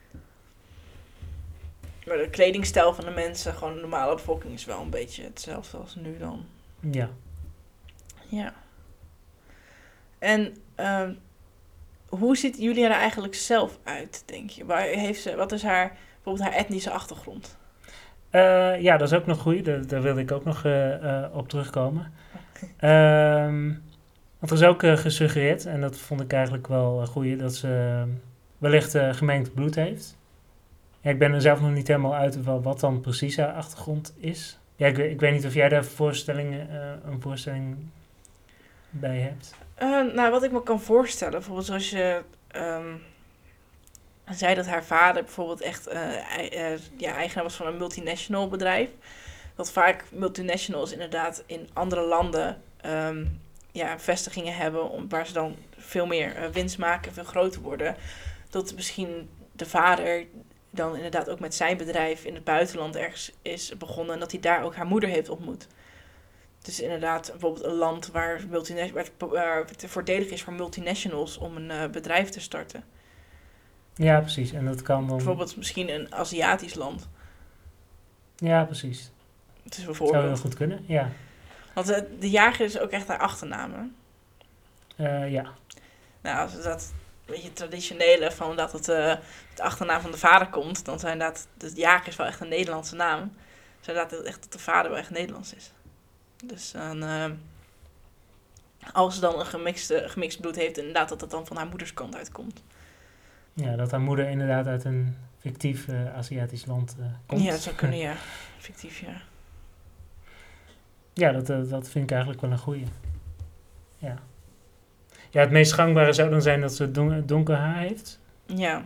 Maar de kledingstijl van de mensen, gewoon de normale bevolking, is wel een beetje hetzelfde als nu dan. Ja. Ja. En... Um, hoe ziet Julia er eigenlijk zelf uit, denk je? Waar heeft ze, wat is haar, bijvoorbeeld haar etnische achtergrond? Uh, ja, dat is ook nog goed. Daar, daar wilde ik ook nog uh, uh, op terugkomen. um, want er is ook uh, gesuggereerd, en dat vond ik eigenlijk wel uh, goed, dat ze uh, wellicht uh, gemengd bloed heeft. Ja, ik ben er zelf nog niet helemaal uit wat, wat dan precies haar achtergrond is. Ja, ik, ik weet niet of jij daar voorstellingen, uh, een voorstelling bij hebt. Uh, nou, wat ik me kan voorstellen, bijvoorbeeld zoals je um, zei dat haar vader bijvoorbeeld echt uh, uh, ja, eigenaar was van een multinational bedrijf. Dat vaak multinationals inderdaad in andere landen um, ja, vestigingen hebben om, waar ze dan veel meer uh, winst maken, veel groter worden. Dat misschien de vader dan inderdaad ook met zijn bedrijf in het buitenland ergens is begonnen en dat hij daar ook haar moeder heeft ontmoet. Dus inderdaad bijvoorbeeld een land waar, multina- waar, het, waar het voordelig is voor multinationals om een uh, bedrijf te starten. Ja, precies. En dat kan dan... Bijvoorbeeld misschien een Aziatisch land. Ja, precies. Het is bijvoorbeeld... Zou heel goed kunnen, ja. Want de, de jager is ook echt haar achternaam, hè? Uh, ja. Nou, als dat een beetje traditionele van dat het, uh, het achternaam van de vader komt, dan zijn dat... De jager is wel echt een Nederlandse naam. Zodat het echt dat de vader wel echt Nederlands is. Dus dan, uh, als ze dan een gemixte, gemixt bloed heeft, inderdaad dat dat dan van haar moeders kant uitkomt. Ja, dat haar moeder inderdaad uit een fictief uh, Aziatisch land uh, komt. Ja, dat zou kunnen, ja. Fictief, ja. Ja, dat, uh, dat vind ik eigenlijk wel een goeie. Ja. Ja, het meest gangbare zou dan zijn dat ze don- donker haar heeft. Ja.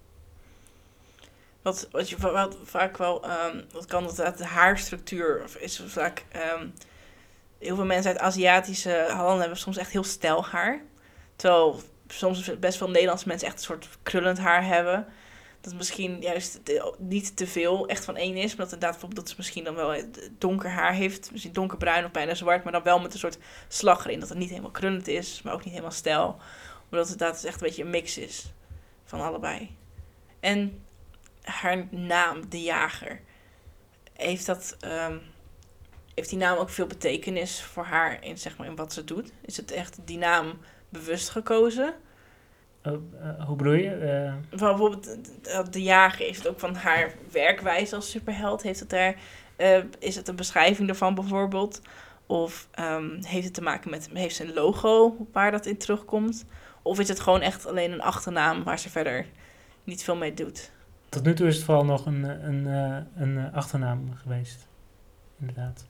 Wat, wat je wat vaak wel... Um, wat kan dat de haarstructuur is vaak... Um, heel veel mensen uit Aziatische landen hebben soms echt heel stijl haar. Terwijl soms best veel Nederlandse mensen echt een soort krullend haar hebben. Dat misschien juist niet te veel echt van één is. Maar dat inderdaad bijvoorbeeld dat ze misschien dan wel donker haar heeft. Misschien donkerbruin of bijna zwart. Maar dan wel met een soort slag erin. Dat het niet helemaal krullend is, maar ook niet helemaal stijl. Omdat het inderdaad echt een beetje een mix is van allebei. En haar naam, de jager, heeft dat... Um, heeft die naam ook veel betekenis voor haar in, zeg maar, in wat ze doet? Is het echt die naam bewust gekozen? Uh, uh, hoe bedoel je? Uh... Bijvoorbeeld de, de jager, is het ook van haar werkwijze als superheld? Heeft het daar, uh, is het een beschrijving ervan bijvoorbeeld? Of um, heeft het te maken met, heeft ze een logo waar dat in terugkomt? Of is het gewoon echt alleen een achternaam waar ze verder niet veel mee doet? Tot nu toe is het vooral nog een, een, een, een achternaam geweest. Inderdaad.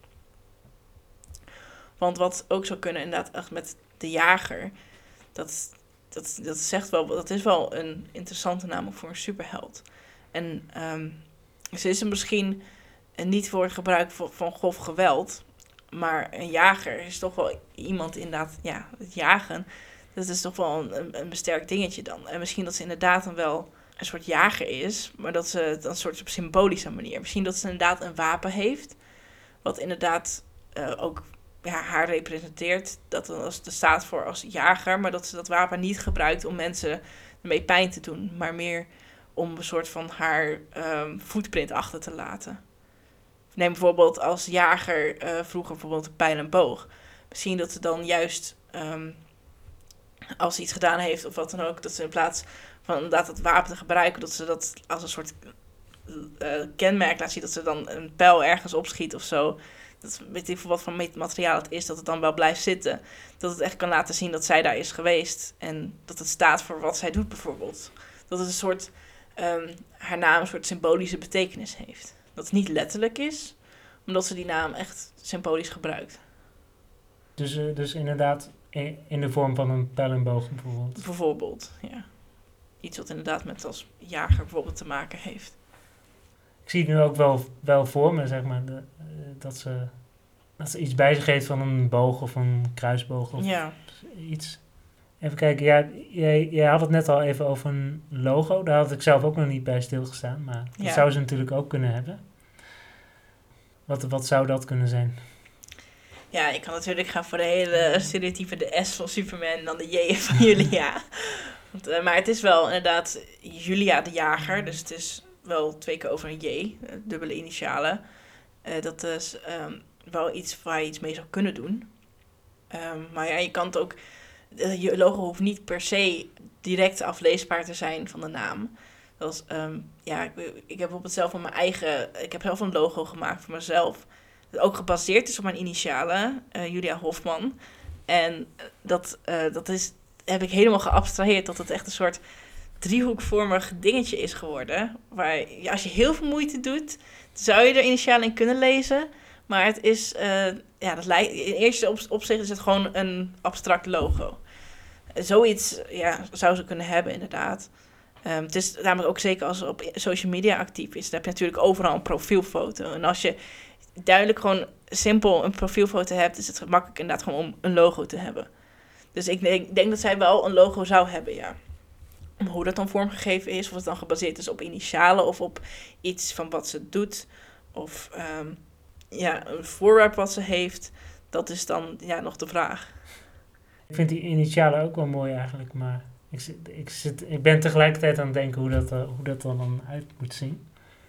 Want wat ook zou kunnen, inderdaad, met de jager, dat, dat, dat zegt wel, dat is wel een interessante naam voor een superheld. En um, ze is er misschien niet voor het gebruik van, van grof geweld, maar een jager is toch wel iemand inderdaad, ja, het jagen, dat is toch wel een, een besterkt dingetje dan. En misschien dat ze inderdaad dan wel een soort jager is, maar dat ze het een soort op symbolische manier. Misschien dat ze inderdaad een wapen heeft, wat inderdaad uh, ook ja, haar representeert. Dat er staat voor als jager, maar dat ze dat wapen niet gebruikt om mensen ermee pijn te doen, maar meer om een soort van haar um, footprint achter te laten. Neem bijvoorbeeld als jager uh, vroeger bijvoorbeeld een pijl en boog. Misschien dat ze dan juist um, als ze iets gedaan heeft of wat dan ook, dat ze in plaats van inderdaad het wapen te gebruiken, dat ze dat als een soort uh, kenmerk laat zien, dat ze dan een pijl ergens opschiet of zo. Dat weet ik voor wat voor materiaal het is, dat het dan wel blijft zitten. Dat het echt kan laten zien dat zij daar is geweest. En dat het staat voor wat zij doet bijvoorbeeld. Dat het een soort, um, haar naam een soort symbolische betekenis heeft. Dat het niet letterlijk is, omdat ze die naam echt symbolisch gebruikt. Dus, uh, dus inderdaad in de vorm van een pijl en boog bijvoorbeeld? Bijvoorbeeld, ja. Iets wat inderdaad met als jager bijvoorbeeld te maken heeft. Ik zie het nu ook wel, wel voor me, zeg maar, de, uh, dat, ze, dat ze iets bij zich heeft van een boog of een kruisboog of ja. iets. Even kijken, ja, jij, jij had het net al even over een logo. Daar had ik zelf ook nog niet bij stilgestaan, maar dat ja. zou ze natuurlijk ook kunnen hebben. Wat, wat zou dat kunnen zijn? Ja, ik kan natuurlijk gaan voor de hele stereotype, de S van Superman en dan de J van Julia. Want, uh, maar het is wel inderdaad Julia de jager, dus het is wel twee keer over een J, dubbele initialen. Uh, dat is um, wel iets waar je iets mee zou kunnen doen. Um, maar ja, je kan het ook... Uh, je logo hoeft niet per se direct afleesbaar te zijn van de naam. Dat is, um, ja, ik, ik heb bijvoorbeeld zelf van mijn eigen... Ik heb zelf een logo gemaakt voor mezelf. Dat ook gebaseerd is op mijn initialen, uh, Julia Hofman. En dat, uh, dat is, heb ik helemaal geabstraheerd dat het echt een soort driehoekvormig dingetje is geworden. Waar ja, als je heel veel moeite doet, zou je er initialen in kunnen lezen. Maar het is, uh, ja, dat lijkt, in eerste op, opzicht is het gewoon een abstract logo. Zoiets ja, zou ze kunnen hebben, inderdaad. Um, het is namelijk ook zeker als ze op social media actief is. Dan heb je natuurlijk overal een profielfoto. En als je duidelijk gewoon simpel een profielfoto hebt, is het gemakkelijk inderdaad gewoon om een logo te hebben. Dus ik denk, denk dat zij wel een logo zou hebben, ja. Om hoe dat dan vormgegeven is, of het dan gebaseerd is op initialen of op iets van wat ze doet. Of um, ja, een voorwerp wat ze heeft. Dat is dan ja, nog de vraag. Ik vind die initialen ook wel mooi eigenlijk, maar ik, zit, ik, zit, ik ben tegelijkertijd aan het denken hoe dat, uh, hoe dat er dan uit moet zien.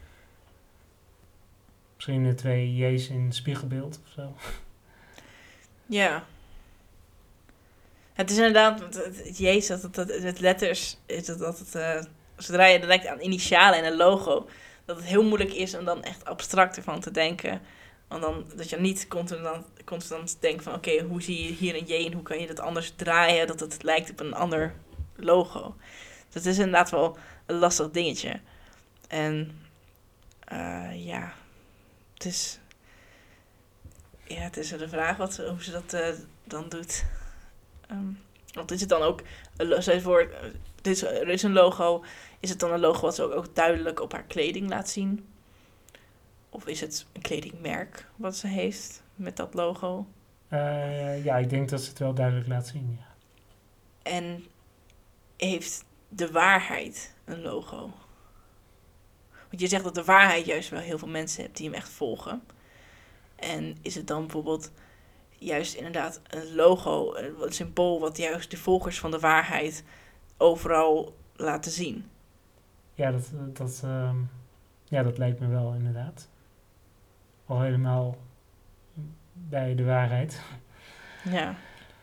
Misschien de twee J's in spiegelbeeld of zo. Ja. Het is inderdaad, het J's, dat het, het, het letters, is dat, dat het, uh, zodra je denkt aan initialen en een logo, dat het heel moeilijk is om dan echt abstract ervan te denken. Want dan, dat je niet constant, constant denkt van, oké, okay, hoe zie je hier een J en hoe kan je dat anders draaien, dat het lijkt op een ander logo. Dus het is inderdaad wel een lastig dingetje. En uh, ja, het is, ja, het is de vraag wat, hoe ze dat uh, dan doet. Um, want is het dan ook, uh, voor, dit is, er is een logo, is het dan een logo wat ze ook, ook duidelijk op haar kleding laat zien? Of is het een kledingmerk wat ze heeft met dat logo? Uh, ja, ik denk dat ze het wel duidelijk laat zien, ja. En heeft de waarheid een logo? Want je zegt dat de waarheid juist wel heel veel mensen hebt die hem echt volgen. En is het dan bijvoorbeeld juist inderdaad een logo, een symbool wat juist de volgers van de waarheid overal laten zien? ja, dat, dat, uh, ja, dat lijkt me wel inderdaad. Al helemaal bij de waarheid. Ja.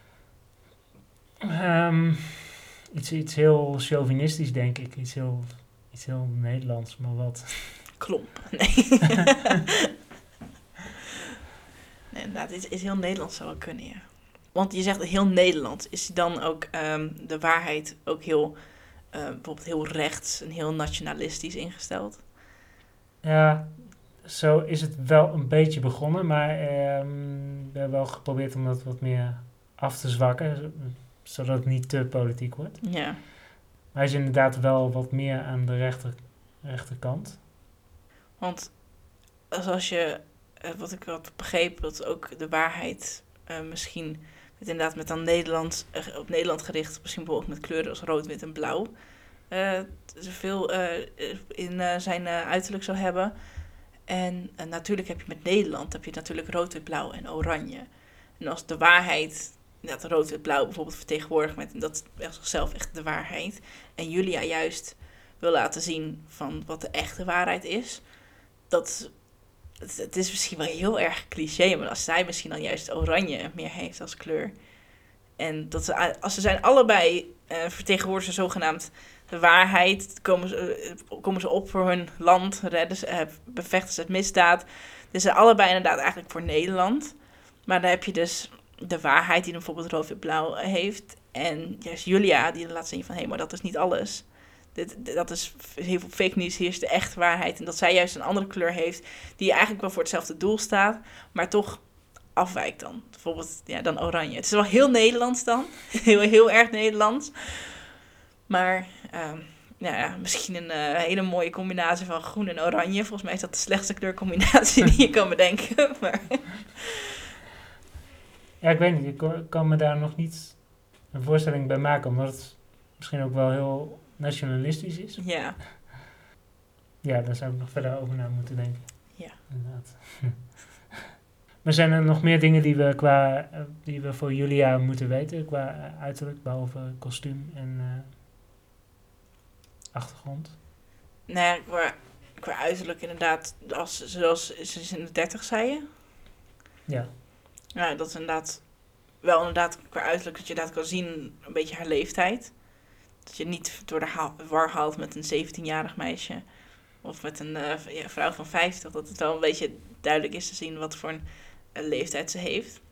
Um, iets, iets heel chauvinistisch, denk ik. Iets heel, iets heel Nederlands, maar wat. Klomp. Nee. Nee, inderdaad, iets, iets heel Nederlands zou wel kunnen, ja. Want je zegt heel Nederlands. Is dan ook um, de waarheid ook heel, uh, bijvoorbeeld heel rechts en heel nationalistisch ingesteld? Ja, zo is het wel een beetje begonnen, maar um, we hebben wel geprobeerd om dat wat meer af te zwakken, zodat het niet te politiek wordt. Ja. Maar hij is inderdaad wel wat meer aan de rechter, rechterkant. Want zoals je, uh, wat ik had begrepen, dat ook de waarheid uh, misschien met, inderdaad met dan Nederland, uh, op Nederland gericht, misschien bijvoorbeeld met kleuren als rood, wit en blauw, uh, zoveel uh, in uh, zijn uh, uiterlijk zou hebben. En uh, natuurlijk heb je met Nederland, heb je natuurlijk rood, wit, blauw en oranje. En als de waarheid, dat rood, wit, blauw bijvoorbeeld vertegenwoordigt, met dat is zichzelf echt de waarheid. En Julia juist wil laten zien van wat de echte waarheid is. Dat, het, het is misschien wel heel erg cliché, maar als zij misschien dan juist oranje meer heeft als kleur. En dat ze, als ze zijn allebei uh, vertegenwoordigen zogenaamd de waarheid, komen ze, uh, komen ze op voor hun land, redden ze, uh, bevechten ze het misdaad. Dus ze zijn allebei inderdaad eigenlijk voor Nederland. Maar dan heb je dus de waarheid die dan bijvoorbeeld rood, wit, blauw heeft. En juist Julia die laat zien van, hé, hey, maar dat is niet alles. Dit, dat is heel veel fake news, hier is de echte waarheid. En dat zij juist een andere kleur heeft, die eigenlijk wel voor hetzelfde doel staat, maar toch afwijkt dan. Bijvoorbeeld, ja, dan oranje. Het is wel heel Nederlands dan. Heel, heel erg Nederlands. Maar, um, nou ja, misschien een uh, hele mooie combinatie van groen en oranje. Volgens mij is dat de slechtste kleurcombinatie die je kan bedenken. Maar ja, ik weet niet. Ik kan, kan me daar nog niet een voorstelling bij maken, omdat het misschien ook wel heel nationalistisch is. ja. Ja, daar zou ik nog verder over na moeten denken. Ja. Inderdaad. Maar zijn er nog meer dingen die we, qua, die we voor Julia moeten weten, qua uiterlijk, behalve kostuum en uh, achtergrond? Nou ja, qua, qua uiterlijk inderdaad, als, zoals ze is in de dertig, zei je. Ja. Ja, dat is inderdaad wel inderdaad qua uiterlijk dat je inderdaad kan zien een beetje haar leeftijd. Dat je niet door de ha- war haalt met een zeventienjarig meisje. Of met een uh, ja, vrouw van vijftig. Dat het wel een beetje duidelijk is te zien wat voor een uh, leeftijd ze heeft.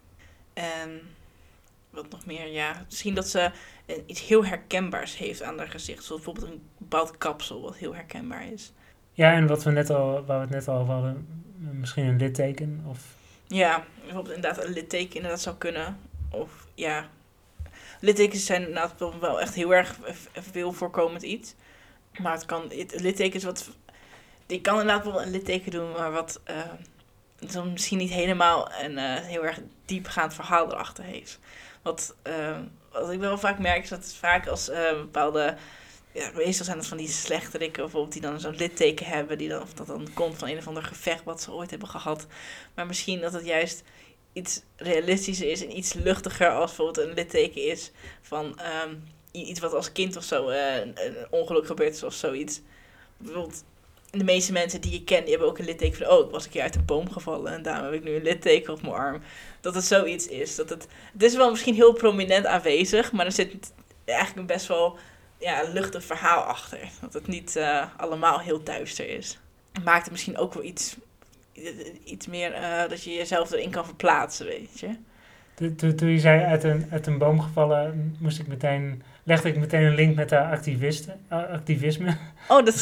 En wat nog meer, ja. Misschien dat ze uh, iets heel herkenbaars heeft aan haar gezicht. Zoals bijvoorbeeld een bepaald kapsel wat heel herkenbaar is. Ja, en wat we net al, waar we het net al over hadden. Misschien een litteken of... Ja, bijvoorbeeld inderdaad een litteken inderdaad zou kunnen. Of ja... Littekens zijn inderdaad wel echt heel erg veel voorkomend iets. Maar het kan, het litteken is wat... Je kan inderdaad wel een litteken doen, maar wat uh, dan misschien niet helemaal een uh, heel erg diepgaand verhaal erachter heeft. Wat, uh, wat ik wel vaak merk is dat het vaak als uh, bepaalde... Ja, meestal zijn het van die slechterikken bijvoorbeeld die dan zo'n litteken hebben. Die dan, of dat dan komt van een of ander gevecht wat ze ooit hebben gehad. Maar misschien dat het juist iets realistischer is en iets luchtiger als bijvoorbeeld een litteken is van um, iets wat als kind of zo uh, een, een ongeluk gebeurd is of zoiets. Bijvoorbeeld de meeste mensen die je kent, die hebben ook een litteken van, oh, ik was een keer uit een boom gevallen en daarom heb ik nu een litteken op mijn arm. Dat het zoiets is. Dat het, het is wel misschien heel prominent aanwezig, maar er zit eigenlijk een best wel ja, luchtig verhaal achter. Dat het niet uh, allemaal heel duister is. Het maakt het misschien ook wel iets... iets meer uh, dat je jezelf erin kan verplaatsen, weet je. Toen je zei uit een, uit een boom gevallen, moest ik meteen, legde ik meteen een link met de activisten, activisme. Oh, dat is...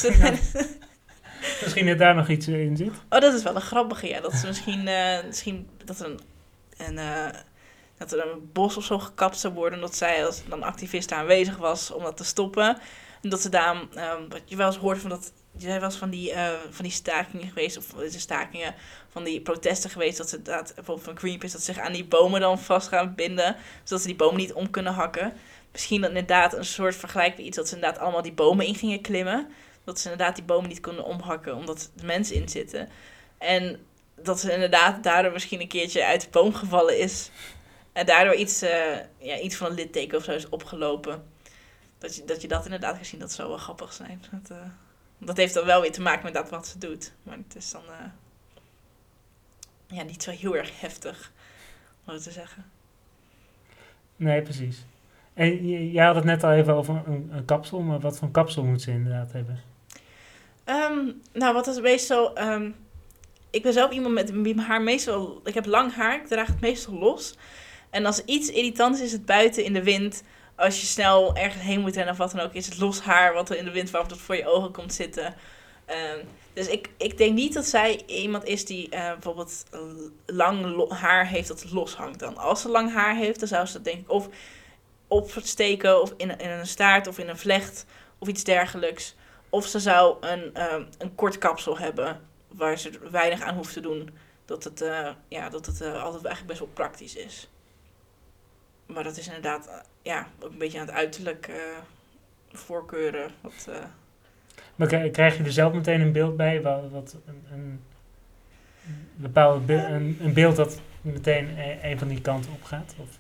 Misschien dat daar nog iets in zit. Oh, dat is wel een grappige, ja. Dat is misschien, uh, misschien dat er een, een, uh, dat er een bos of zo gekapt zou worden, omdat zij als dan activist aanwezig was om dat te stoppen. En dat ze daar, um, wat je wel eens hoort van dat... Er zijn wel eens van die, uh, van die stakingen geweest, of de stakingen van die protesten geweest, dat ze dat, bijvoorbeeld van Greenpeace, dat ze zich aan die bomen dan vast gaan binden, zodat ze die bomen niet om kunnen hakken. Misschien dan inderdaad een soort vergelijkbaar iets, dat ze inderdaad allemaal die bomen in gingen klimmen, dat ze inderdaad die bomen niet konden omhakken, omdat er mensen in zitten. En dat ze inderdaad daardoor misschien een keertje uit de boom gevallen is, en daardoor iets, uh, ja, iets van een litteken of zo is opgelopen. dat, je, dat je dat inderdaad gezien, dat zou wel grappig zijn. Dat, uh, dat heeft dan wel weer te maken met dat wat ze doet. Maar het is dan uh, ja, niet zo heel erg heftig, om het te zeggen. Nee, precies. En jij had het net al even over een, een kapsel, maar wat voor kapsel moet ze inderdaad hebben? Um, nou, wat is meestal... Um, ik ben zelf iemand met wie mijn haar meestal... Ik heb lang haar, ik draag het meestal los. En als iets irritant is, is het buiten in de wind. Als je snel ergens heen moet rennen of wat dan ook, is het los haar wat er in de wind waarop dat voor je ogen komt zitten. Um, dus ik, ik denk niet dat zij iemand is die uh, bijvoorbeeld lang lo- haar heeft dat het los hangt dan. Als ze lang haar heeft, dan zou ze dat denk ik of opsteken of in, in een staart of in een vlecht of iets dergelijks. Of ze zou een, um, een kort kapsel hebben waar ze weinig aan hoeft te doen. Dat het, uh, ja, dat het uh, altijd eigenlijk best wel praktisch is. Maar dat is inderdaad uh, ja, ook een beetje aan het uiterlijk uh, voorkeuren. Wat, uh... Maar krijg je er zelf meteen een beeld bij? Wat, wat een, een, bepaald be- een, een beeld dat meteen een van die kanten op gaat? Of?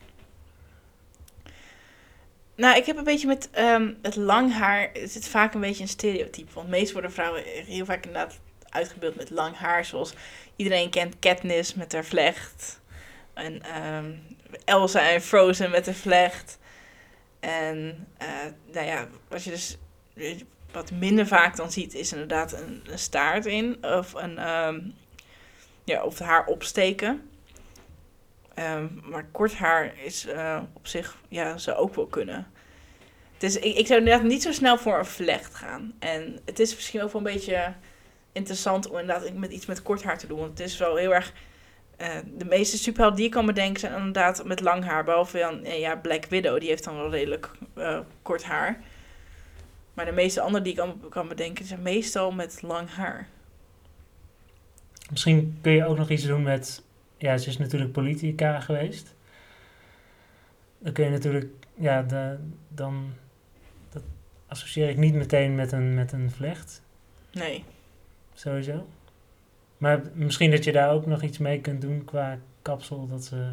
Nou, ik heb een beetje met um, het lang haar, het zit vaak een beetje een stereotype. Want meestal worden vrouwen heel vaak inderdaad uitgebeeld met lang haar. Zoals iedereen kent Katniss met haar vlecht. En um, Elsa en Frozen met haar vlecht. En uh, nou ja, wat je dus wat minder vaak dan ziet, is inderdaad een, een staart in. Of een um, ja, of haar opsteken. Um, maar kort haar is uh, op zich, ja, zou ook wel kunnen. Dus ik, ik zou inderdaad niet zo snel voor een vlecht gaan. En het is misschien ook wel een beetje interessant om inderdaad met iets met kort haar te doen. Want het is wel heel erg... Uh, de meeste superhelden die ik kan bedenken zijn inderdaad met lang haar. Behalve dan, uh, ja, Black Widow, die heeft dan wel redelijk uh, kort haar. Maar de meeste anderen die ik kan, kan bedenken zijn meestal met lang haar. Misschien kun je ook nog iets doen met... Ja, ze is natuurlijk politica geweest. Dan kun je natuurlijk... Ja, de, dan... Dat associeer ik niet meteen met een, met een vlecht. Nee. Sowieso. Maar misschien dat je daar ook nog iets mee kunt doen qua kapsel. Dat ze...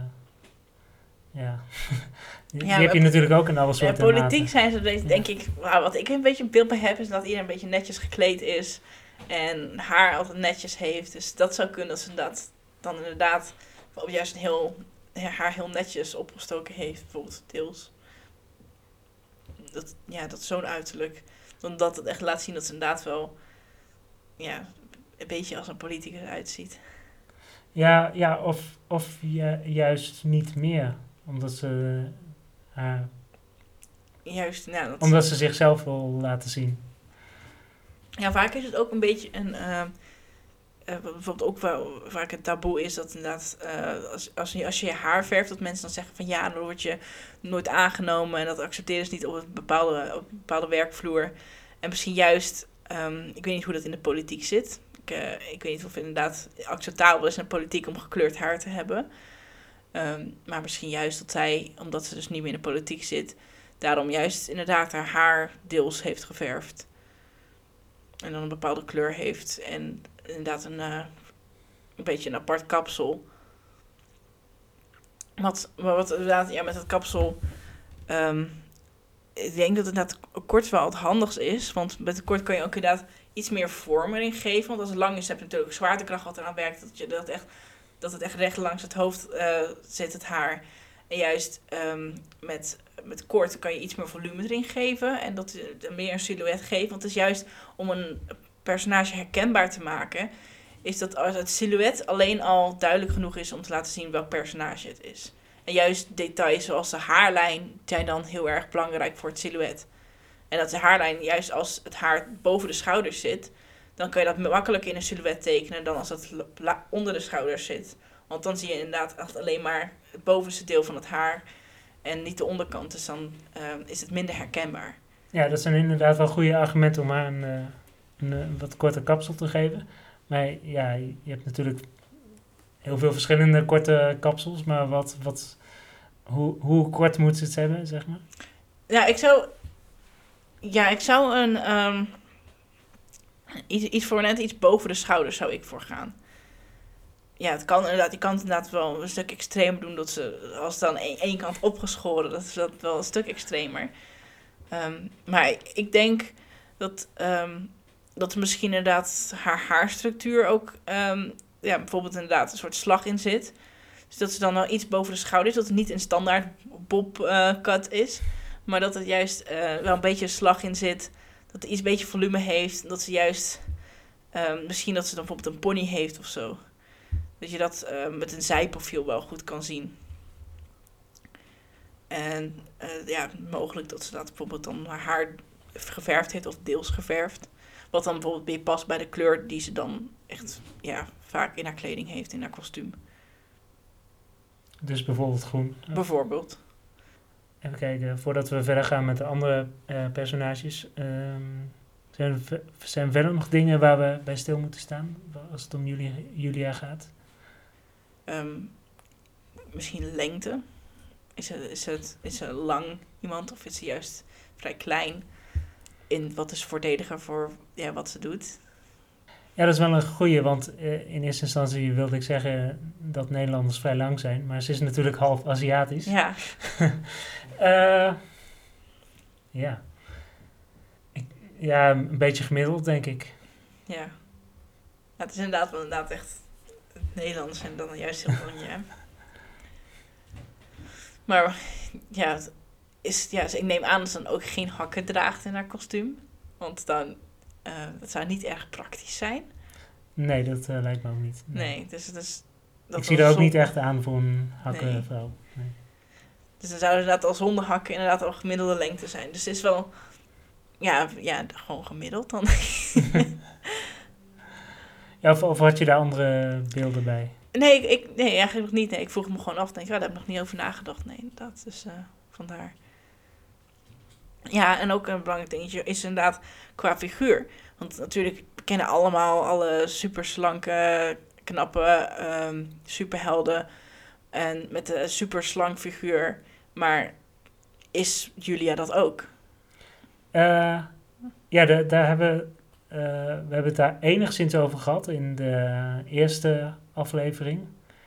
Ja. Die ja, heb je natuurlijk ook in alle soorten ja, politiek maten. zijn ze, denk ja. ik... Nou, wat ik een beetje een beeld bij heb, is dat iedereen een beetje netjes gekleed is. En haar altijd netjes heeft. Dus dat zou kunnen dat ze dat dan inderdaad... Of juist een heel, haar heel netjes opgestoken heeft, bijvoorbeeld deels. Dat, ja, dat is zo'n uiterlijk. Omdat het echt laat zien dat ze inderdaad wel... Ja, een beetje als een politicus uitziet. Ja, ja of, of ju- juist niet meer. Omdat ze haar... Juist, nou... Dat Omdat ze zichzelf wil laten zien. Ja, vaak is het ook een beetje een... Uh, Uh, bijvoorbeeld ook wel vaak een taboe is dat inderdaad, uh, als, als, je, als je je haar verft, dat mensen dan zeggen van ja, dan word je nooit aangenomen en dat accepteren ze niet op een bepaalde, op een bepaalde werkvloer. En misschien juist, um, ik weet niet hoe dat in de politiek zit. Ik, uh, ik weet niet of het inderdaad acceptabel is in de politiek om gekleurd haar te hebben. Um, maar misschien juist dat zij, omdat ze dus niet meer in de politiek zit, daarom juist inderdaad haar haar deels heeft geverfd. En dan een bepaalde kleur heeft en inderdaad een, uh, een beetje een apart kapsel. Wat, maar wat inderdaad, ja, met het kapsel... Um, ik denk dat het inderdaad kort wel het handigst is. Want met het kort kan je ook inderdaad iets meer vorm erin geven. Want als het lang is, heb je natuurlijk zwaartekracht wat eraan werkt. Dat, je, dat, echt, dat het echt recht langs het hoofd uh, zit, het haar. En juist um, met, met kort kan je iets meer volume erin geven. En dat uh, meer een silhouet geven. Want het is juist om een personage herkenbaar te maken, is dat als het silhouet alleen al duidelijk genoeg is om te laten zien welk personage het is. En juist details zoals de haarlijn zijn dan heel erg belangrijk voor het silhouet. En dat de haarlijn, juist als het haar boven de schouders zit, dan kan je dat makkelijker in een silhouet tekenen dan als het onder de schouders zit. Want dan zie je inderdaad echt alleen maar het bovenste deel van het haar en niet de onderkant. Dus dan uh, is het minder herkenbaar. Ja, dat zijn inderdaad wel goede argumenten om haar een... Uh... Een, een wat korte kapsel te geven. Maar ja, je hebt natuurlijk heel veel verschillende korte kapsels. Maar wat, wat, hoe, hoe kort moet ze het hebben, zeg maar? Ja, ik zou... Ja, ik zou een... Um, iets, iets voor net iets boven de schouders zou ik voor gaan. Ja, het kan inderdaad... Je kan het inderdaad wel een stuk extremer doen. Dat ze, als het dan één, één kant opgeschoren, dat is dat wel een stuk extremer. Um, maar ik denk dat, um, dat er misschien inderdaad haar haarstructuur ook... Um, ja, bijvoorbeeld inderdaad een soort slag in zit. Dus dat ze dan wel iets boven de schouder is. Dat het niet een standaard bob-cut uh, is. Maar dat het juist uh, wel een beetje een slag in zit. Dat het iets beetje volume heeft. Dat ze juist... Um, misschien dat ze dan bijvoorbeeld een pony heeft of zo. Dat je dat uh, met een zijprofiel wel goed kan zien. En uh, ja, mogelijk dat ze dat bijvoorbeeld dan haar haar geverfd heeft of deels geverfd. Wat dan bijvoorbeeld weer past bij de kleur die ze dan echt ja, vaak in haar kleding heeft, in haar kostuum. Dus bijvoorbeeld groen. Bijvoorbeeld. Even kijken, voordat we verder gaan met de andere uh, personages. Um, zijn, er, zijn er verder nog dingen waar we bij stil moeten staan? Als het om Julia, Julia gaat? Um, misschien lengte. Is het, is, het, is het lang iemand of is ze juist vrij klein? In wat is voordeliger voor ja, wat ze doet? Ja, dat is wel een goeie, want uh, in eerste instantie wilde ik zeggen dat Nederlanders vrij lang zijn. Maar ze is natuurlijk half Aziatisch. Ja. uh, ja. Ik, ja, een beetje gemiddeld, denk ik. Ja. Ja, het is inderdaad wel inderdaad echt... Nederlanders zijn dan juist heel lang, ja. Maar ja, is, ja dus ik neem aan dat ze dan ook geen hakken draagt in haar kostuum. Want dan, uh, dat zou niet erg praktisch zijn. Nee, dat uh, lijkt me ook niet. Nee, nee dus, dus dat ik zie er ook zon... niet echt aan voor een hakkenvrouw. Nee. Nee. Dus dan zouden inderdaad al zonder hakken inderdaad al gemiddelde lengte zijn. Dus het is wel, ja, ja gewoon gemiddeld dan. Ja, of, of had je daar andere beelden bij? Nee, ik, nee eigenlijk nog niet. Nee, ik vroeg me gewoon af. Denk, ja, daar heb ik nog niet over nagedacht. Nee, inderdaad. Dus uh, vandaar. Ja, en ook een belangrijk dingetje is inderdaad qua figuur. Want natuurlijk, we kennen allemaal alle super slanke, knappe um, superhelden. En met een super slank figuur. Maar is Julia dat ook? Uh, ja, de, daar hebben uh, we hebben het daar enigszins over gehad in de eerste aflevering.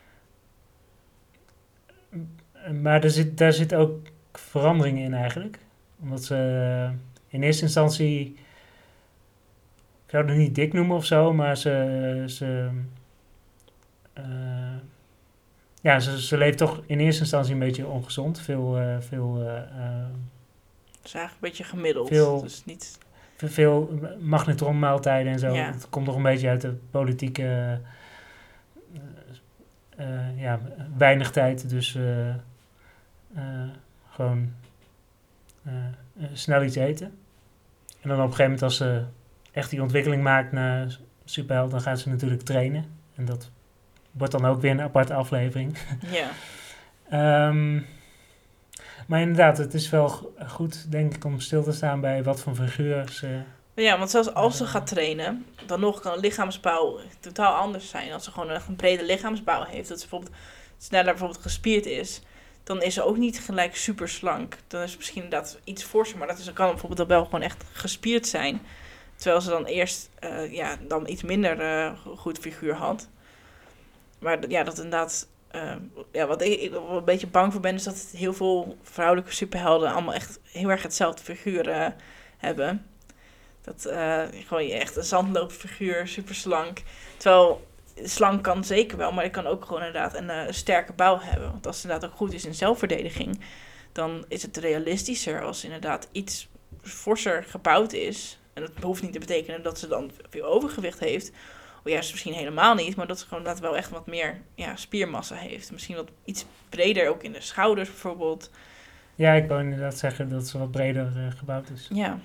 Maar er zit, daar zit ook verandering in eigenlijk. Omdat ze uh, in eerste instantie, ik zou het niet dik noemen of zo, maar ze, ze, uh, ja, ze, ze leeft toch in eerste instantie een beetje ongezond. Veel, uh, veel uh, uh, dus eigenlijk een beetje gemiddeld. Veel, dus niet... veel magnetronmaaltijden en zo. Ja. Het komt nog een beetje uit de politieke... Uh, uh, ja, weinig tijd. Dus uh, uh, gewoon uh, uh, snel iets eten. En dan op een gegeven moment als ze echt die ontwikkeling maakt naar superheld, dan gaat ze natuurlijk trainen. En dat wordt dan ook weer een aparte aflevering. Ja. um, Maar inderdaad, het is wel goed, denk ik, om stil te staan bij wat voor figuur ze... Ja, want zelfs als ze gaat trainen, dan nog kan een lichaamsbouw totaal anders zijn. Als ze gewoon een, een brede lichaamsbouw heeft, dat ze bijvoorbeeld sneller bijvoorbeeld gespierd is, dan is ze ook niet gelijk super slank. Dan is ze misschien inderdaad iets forser, maar dat is, kan bijvoorbeeld dan wel gewoon echt gespierd zijn. Terwijl ze dan eerst uh, ja, dan iets minder uh, goed figuur had. Maar ja, dat inderdaad... Uh, ja, wat ik, ik een beetje bang voor ben, is dat heel veel vrouwelijke superhelden allemaal echt heel erg hetzelfde figuur uh, hebben. Dat uh, gewoon je echt een zandloopfiguur, super slank. Terwijl slank kan zeker wel, maar ik kan ook gewoon inderdaad een, uh, een sterke bouw hebben. Want als het inderdaad ook goed is in zelfverdediging, dan is het realistischer als inderdaad iets forser gebouwd is. En dat hoeft niet te betekenen dat ze dan veel overgewicht heeft. Of juist misschien helemaal niet, maar dat ze gewoon dat wel echt wat meer ja, spiermassa heeft. Misschien wat iets breder, ook in de schouders bijvoorbeeld. Ja, ik wou inderdaad zeggen dat ze wat breder uh, gebouwd is. Ja.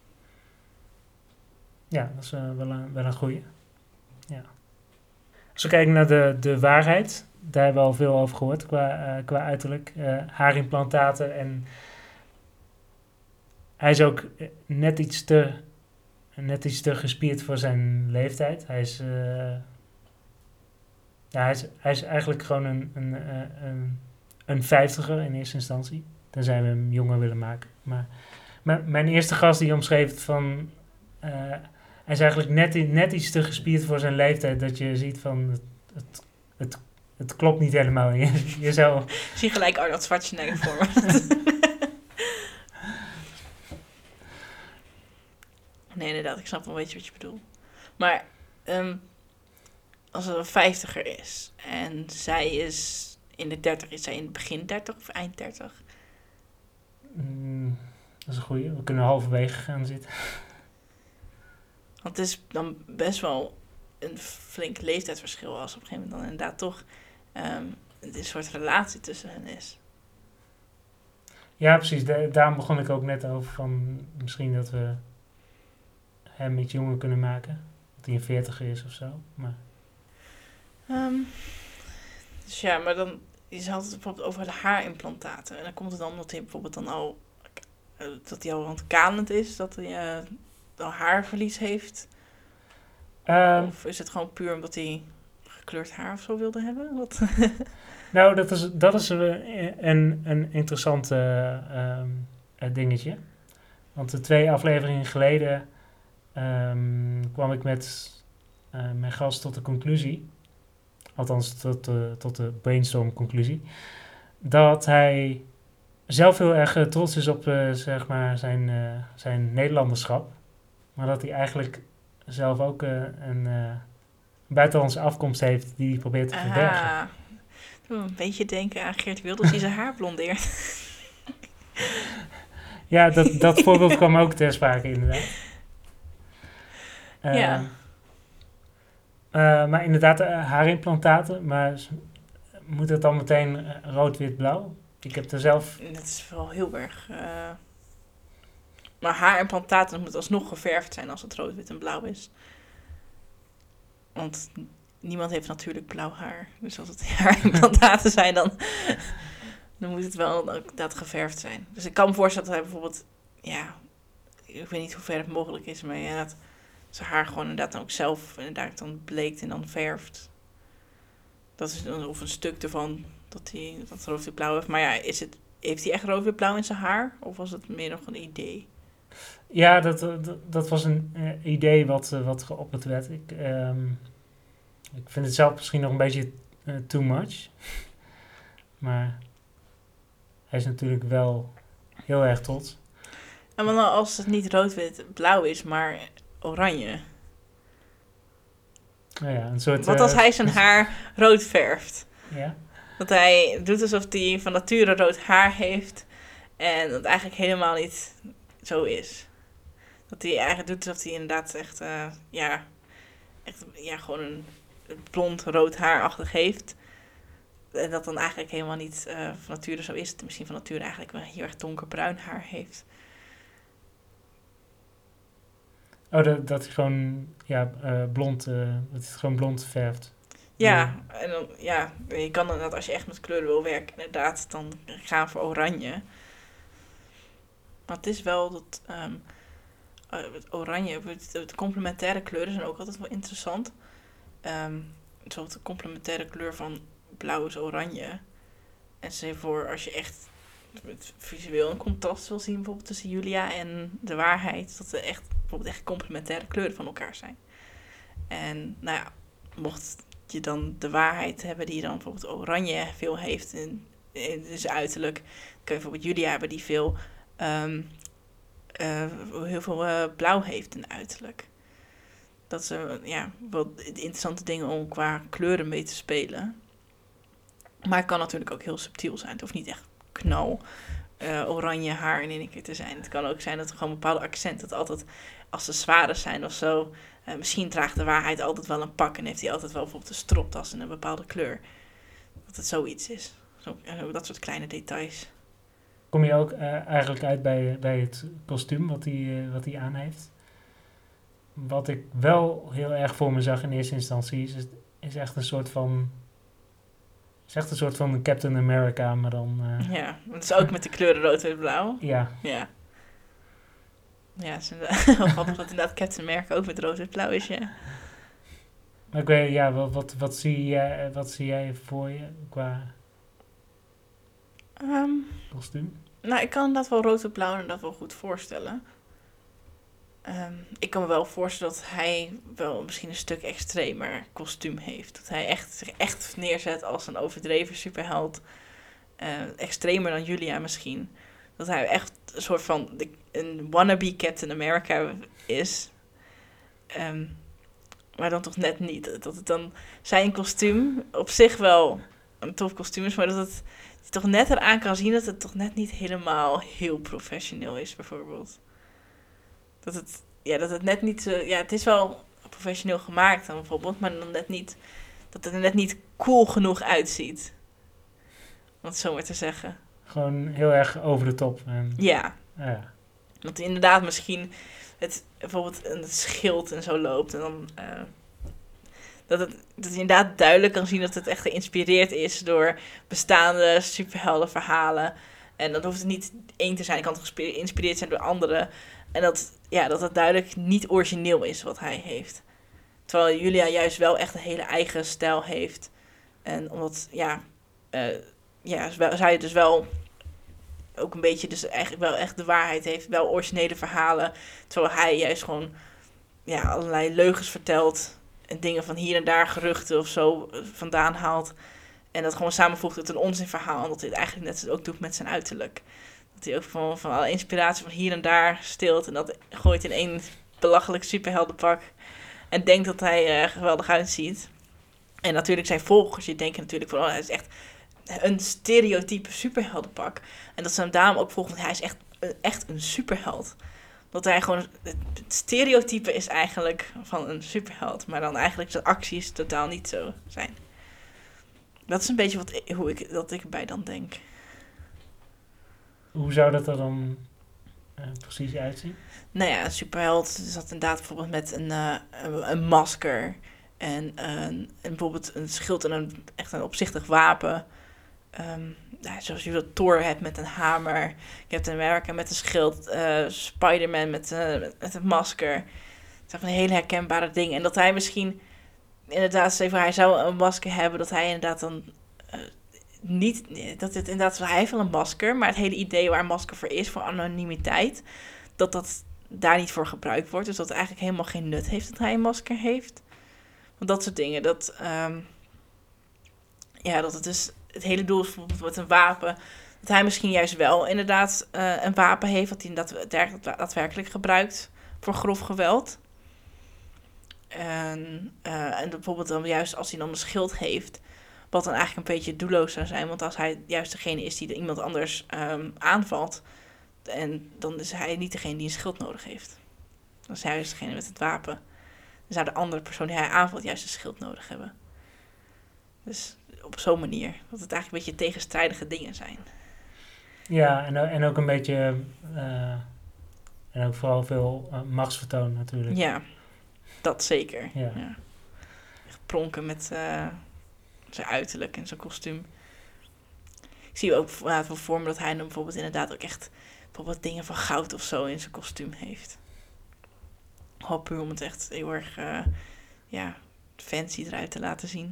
Ja, dat is uh, wel, een, wel een goeie. Ja. Als we kijken naar de, de waarheid, daar hebben we al veel over gehoord qua, uh, qua uiterlijk. Uh, haarimplantaten en hij is ook net iets te... Net iets te gespierd voor zijn leeftijd. Hij is, uh, ja, hij is, hij is eigenlijk gewoon een, een, een, een vijftiger in eerste instantie. Tenzij we hem jonger willen maken. Maar, maar mijn eerste gast die omschreef het van... Uh, hij is eigenlijk net, net iets te gespierd voor zijn leeftijd. Dat je ziet van... Het, het, het, het klopt niet helemaal. Je, je zou... Ik zie gelijk Arnold Schwarzenegger voor me. nee, inderdaad. Ik snap wel een beetje wat je bedoelt. Maar um, als het een vijftiger is en zij is in de dertig, is zij in het begin dertig of eind dertig? Mm, dat is een goeie. We kunnen halverwege gaan zitten. Want het is dan best wel een flink leeftijdsverschil als op een gegeven moment dan inderdaad toch um, een soort relatie tussen hen is. Ja, precies. Da- daarom begon ik ook net over van misschien dat we hem iets jonger kunnen maken. Dat hij een veertig is of zo. Maar... Um, dus ja, maar dan je had het bijvoorbeeld over de haarimplantaten. En dan komt het dan omdat hij bijvoorbeeld dan al uh, dat hij al aan het kalend is, dat hij uh, al haarverlies heeft. Um, of is het gewoon puur omdat hij gekleurd haar of zo wilde hebben? Wat? Nou, dat is, dat is een, een, een interessant uh, um, dingetje. Want de twee afleveringen geleden um, kwam ik met uh, mijn gast tot de conclusie, althans tot de, tot de brainstorm conclusie, dat hij zelf heel erg uh, trots is op uh, zeg maar zijn, uh, zijn Nederlanderschap. Maar dat hij eigenlijk zelf ook uh, een uh, buitenlandse afkomst heeft die hij probeert te Aha. verbergen. Een beetje denken aan Geert Wilders die zijn haar blondeert. Ja, dat, dat voorbeeld kwam ook ter sprake inderdaad. Uh, ja. Uh, maar inderdaad, uh, haarimplantaten. Maar moet het dan meteen uh, rood, wit, blauw? Ik heb er zelf... Dat is wel heel erg... Uh... Maar haarimplantaten moet alsnog geverfd zijn als het rood, wit en blauw is. Want... Niemand heeft natuurlijk blauw haar. Dus als het haarimplantaten zijn, dan, dan moet het wel inderdaad geverfd zijn. Dus ik kan me voorstellen dat hij bijvoorbeeld... Ja, ik weet niet hoe ver het mogelijk is, maar ja, dat zijn haar gewoon inderdaad dan ook zelf inderdaad dan bleekt en dan verft. Dat is dan of een stuk ervan dat hij dat rood-wit-blauw heeft. Maar ja, is het, heeft hij echt rood-wit-blauw in zijn haar? Of was het meer nog een idee? Ja, dat, dat, dat was een uh, idee wat, uh, wat geopperd werd. Ik... Um... Ik vind het zelf misschien nog een beetje uh, too much. Maar hij is natuurlijk wel heel erg trots. En maar nou, als het niet rood-wit-blauw is, maar oranje. Nou ja, een soort... Wat als uh, hij zijn haar rood verft? Ja. Dat hij doet alsof hij van nature rood haar heeft. En dat eigenlijk helemaal niet zo is. Dat hij eigenlijk doet alsof hij inderdaad echt... Uh, ja, echt ja, gewoon een... blond, rood haarachtig heeft. En dat dan eigenlijk helemaal niet uh, van nature zo is. Misschien van nature eigenlijk wel heel erg donkerbruin haar heeft. Oh, dat, dat hij gewoon ja, uh, blond, uh, dat hij het gewoon blond verft. Ja, ja, en dan, ja, je kan inderdaad, als je echt met kleuren wil werken, inderdaad, dan gaan voor oranje. Maar het is wel dat um, uh, het oranje, de complementaire kleuren zijn ook altijd wel interessant. Um, zoals de complementaire kleur van blauw is oranje. En stel je voor, als je echt visueel een contrast wil zien, bijvoorbeeld tussen Julia en de waarheid, dat er echt bijvoorbeeld echt complementaire kleuren van elkaar zijn. En nou ja, mocht je dan de waarheid hebben die dan bijvoorbeeld oranje veel heeft in, in zijn uiterlijk, dan kun je bijvoorbeeld Julia hebben die veel um, uh, heel veel uh, blauw heeft in uiterlijk. Dat zijn ja, wel interessante dingen om qua kleuren mee te spelen. Maar het kan natuurlijk ook heel subtiel zijn. Het hoeft niet echt knal uh, oranje haar in één keer te zijn. Het kan ook zijn dat er gewoon bepaalde accenten, dat altijd accessoires zijn of zo. Uh, misschien draagt de waarheid altijd wel een pak en heeft hij altijd wel bijvoorbeeld een stropdas in een bepaalde kleur. Dat het zoiets is. Zo, uh, dat soort kleine details. Kom je ook uh, eigenlijk uit bij, bij het kostuum wat hij, uh, wat hij aan heeft? Wat ik wel heel erg voor me zag in eerste instantie is, is echt een soort van... is echt een soort van Captain America, maar dan... Uh... Ja, dat is ook met de kleuren rood en blauw. Ja. Ja. Ja, het is inderdaad grappig dat inderdaad Captain America ook met rood en blauw is, ja. Maar ik weet, ja, wat, wat, wat, zie jij, wat zie jij voor je qua um, kostuum? Nou, ik kan inderdaad wel rood en blauw inderdaad wel goed voorstellen. Um, ik kan me wel voorstellen dat hij wel misschien een stuk extremer kostuum heeft. Dat hij echt, zich echt neerzet als een overdreven superheld. Uh, extremer dan Julia misschien. Dat hij echt een soort van de, een wannabe Captain America is. Um, maar dan toch net niet. Dat het dan zijn kostuum op zich wel een tof kostuum is, maar dat het je toch net eraan kan zien dat het toch net niet helemaal heel professioneel is, bijvoorbeeld. Dat het, ja, dat het net niet zo... Ja, het is wel professioneel gemaakt dan bijvoorbeeld, maar dan net niet... Dat het er net niet cool genoeg uitziet. Om het zo maar te zeggen. Gewoon heel erg over de top. En, ja. ja. Want inderdaad misschien het bijvoorbeeld een schild en zo loopt en dan... Uh, dat, het, dat je inderdaad duidelijk kan zien dat het echt geïnspireerd is door bestaande superheldenverhalen. En dan hoeft het niet één te zijn, het kan geïnspireerd zijn door anderen. En dat, ja, dat het duidelijk niet origineel is wat hij heeft. Terwijl Julia juist wel echt een hele eigen stijl heeft. En omdat, ja, uh, ja zij dus wel ook een beetje, dus eigenlijk wel echt de waarheid heeft. Wel originele verhalen. Terwijl hij juist gewoon, ja, allerlei leugens vertelt. En dingen van hier en daar, geruchten of zo, vandaan haalt. En dat gewoon samenvoegt tot een onzinverhaal. En dat hij het eigenlijk net ook doet met zijn uiterlijk. Dat hij ook van, van alle inspiratie van hier en daar steelt. En dat gooit in één belachelijk superheldenpak. En denkt dat hij uh, geweldig uitziet. En natuurlijk zijn volgers, die denken natuurlijk van... Oh, hij is echt een stereotype superheldenpak. En dat ze hem daarom ook volgen, want hij is echt, echt een superheld. Dat hij gewoon... Het stereotype is eigenlijk van een superheld. Maar dan eigenlijk zijn acties totaal niet zo zijn. Dat is een beetje wat, hoe ik, dat ik erbij dan denk. Hoe zou dat er dan uh, precies uitzien? Nou ja, een superheld zat inderdaad bijvoorbeeld met een, uh, een, een masker. En, uh, en bijvoorbeeld een schild en een echt een opzichtig wapen. Um, nou, zoals je dat Thor hebt met een hamer. Captain America met een schild. Uh, Spider-Man met, uh, met, met een masker. Het zijn van hele herkenbare dingen. En dat hij misschien... Inderdaad, stel hij zou een masker hebben, dat hij inderdaad dan uh, niet, dat het inderdaad, hij heeft wel een masker, maar het hele idee waar een masker voor is, voor anonimiteit, dat dat daar niet voor gebruikt wordt. Dus dat het eigenlijk helemaal geen nut heeft dat hij een masker heeft. Want dat soort dingen, dat, um, ja, dat het dus, het hele doel is bijvoorbeeld met een wapen, dat hij misschien juist wel inderdaad uh, een wapen heeft, dat hij dat daadwerkelijk gebruikt voor grof geweld. En, uh, en bijvoorbeeld dan juist als hij dan een schild heeft, wat dan eigenlijk een beetje doelloos zou zijn. Want als hij juist degene is die iemand anders um, aanvalt, en dan is hij niet degene die een schild nodig heeft. Dan is hij juist degene met het wapen. Dan zou de andere persoon die hij aanvalt juist een schild nodig hebben. Dus op zo'n manier. Dat het eigenlijk een beetje tegenstrijdige dingen zijn. Ja, en, en ook een beetje, uh, en ook vooral veel uh, machtsvertoon natuurlijk. Ja. Dat zeker. Ja. Ja. Echt pronken met uh, zijn uiterlijk en zijn kostuum. Ik zie ook uh, voor me dat hij dan bijvoorbeeld inderdaad ook echt bijvoorbeeld dingen van goud of zo in zijn kostuum heeft. Gewoon puur om het echt heel erg uh, ja, fancy eruit te laten zien.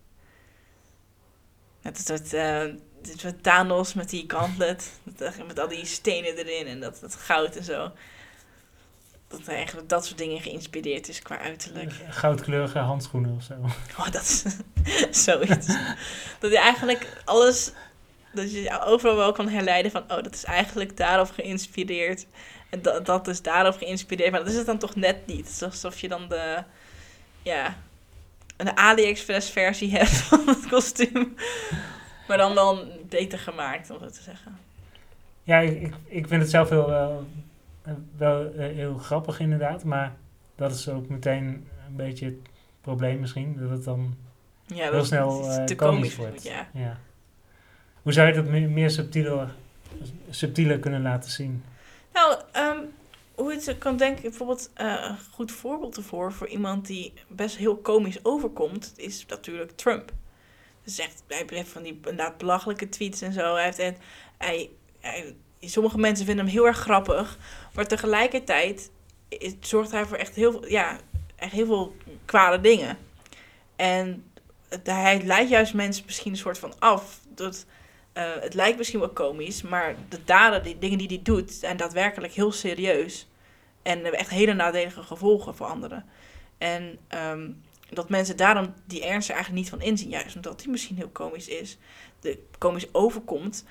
Net als het, uh, dit soort Thanos met die gauntlet, met al die stenen erin en dat, dat goud en zo. Dat hij eigenlijk dat soort dingen geïnspireerd is qua uiterlijk. Goudkleurige handschoenen of zo. Oh, dat is zoiets. Dat je eigenlijk alles, dat je overal wel kan herleiden van, oh, dat is eigenlijk daarop geïnspireerd. En dat, dat is daarop geïnspireerd. Maar dat is het dan toch net niet. Het is alsof je dan de, ja, een AliExpress versie hebt van het kostuum. Maar dan wel beter gemaakt, om zo te zeggen. Ja, ik, ik vind het zelf heel... Uh, wel uh, heel grappig inderdaad, maar dat is ook meteen een beetje het probleem misschien, dat het dan ja, heel dat snel uh, te komisch, komisch wordt. Ja. Ja. Hoe zou je dat meer, meer subtieler, subtieler kunnen laten zien? Nou, um, hoe je het kan denken, bijvoorbeeld uh, een goed voorbeeld ervoor, voor iemand die best heel komisch overkomt, is natuurlijk Trump. Dus echt, hij heeft van die inderdaad belachelijke tweets en zo. Hij heeft, hij, hij, hij sommige mensen vinden hem heel erg grappig, maar tegelijkertijd is, zorgt hij voor echt heel veel, ja, echt heel veel kwade dingen. En het, hij leidt juist mensen misschien een soort van af. Dat, uh, het lijkt misschien wel komisch, maar de daden, die dingen die hij doet, zijn daadwerkelijk heel serieus. En hebben echt hele nadelige gevolgen voor anderen. En um, dat mensen daarom die ernst er eigenlijk niet van inzien, juist omdat hij misschien heel komisch is, de komisch overkomt.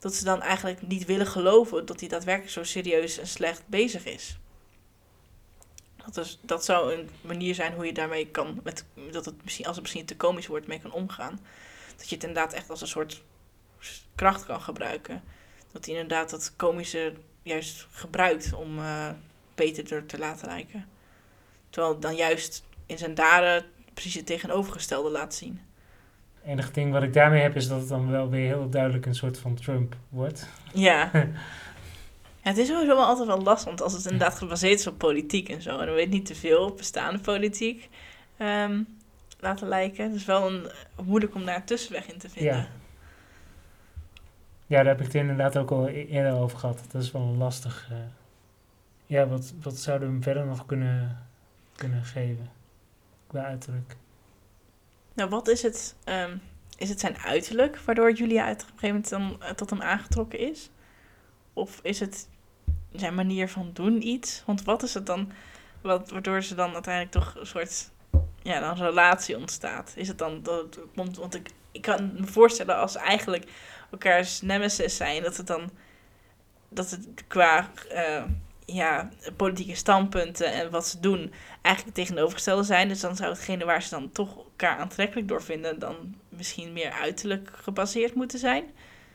dat ze dan eigenlijk niet willen geloven dat hij daadwerkelijk zo serieus en slecht bezig is. Dat, is, dat zou een manier zijn hoe je daarmee kan, met, dat het misschien, als het misschien te komisch wordt, mee kan omgaan. Dat je het inderdaad echt als een soort kracht kan gebruiken. Dat hij inderdaad dat komische juist gebruikt om uh, Peter er te laten lijken. Terwijl dan juist in zijn daden precies het tegenovergestelde laat zien. Het enige ding wat ik daarmee heb is dat het dan wel weer heel duidelijk een soort van Trump wordt. Ja. Ja, het is sowieso wel altijd wel lastig, want als het inderdaad gebaseerd is op politiek en zo, en dan weet niet te veel op bestaande politiek um, laten lijken. Het is wel een, moeilijk om daar een tussenweg in te vinden. Ja. Ja, daar heb ik het inderdaad ook al e- eerder over gehad. Dat is wel lastig. Uh, ja, wat, wat zouden we hem verder nog kunnen, kunnen geven? Qua uiterlijk. Nou, wat is het? Um, is het zijn uiterlijk waardoor Julia uit op een gegeven moment dan uh, tot hem aangetrokken is? Of is het zijn manier van doen iets? Want wat is het dan, wat, waardoor ze dan uiteindelijk toch een soort, ja, dan een relatie ontstaat? Is het dan, dat, want, want ik, ik kan me voorstellen als eigenlijk elkaars nemesis zijn, dat het dan, dat het qua uh, ja, politieke standpunten en wat ze doen eigenlijk tegenovergestelde zijn. Dus dan zou hetgene waar ze dan toch elkaar aantrekkelijk door vinden, dan misschien meer uiterlijk gebaseerd moeten zijn.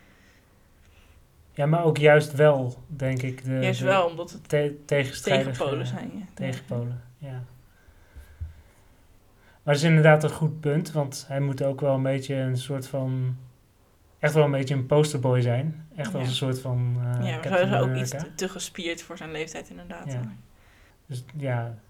Ja, maar ook juist wel, denk ik. De, juist de wel, omdat het te- tegenstrijdige tegenpolen zijn. Ja. Tegenpolen, ja. Maar dat is inderdaad een goed punt, want hij moet ook wel een beetje een soort van, echt wel een beetje een posterboy zijn. Echt als Ja. een soort van uh, Ja, maar Captain hij is ook America. iets te, te gespierd voor zijn leeftijd inderdaad. Ja. Dus ja.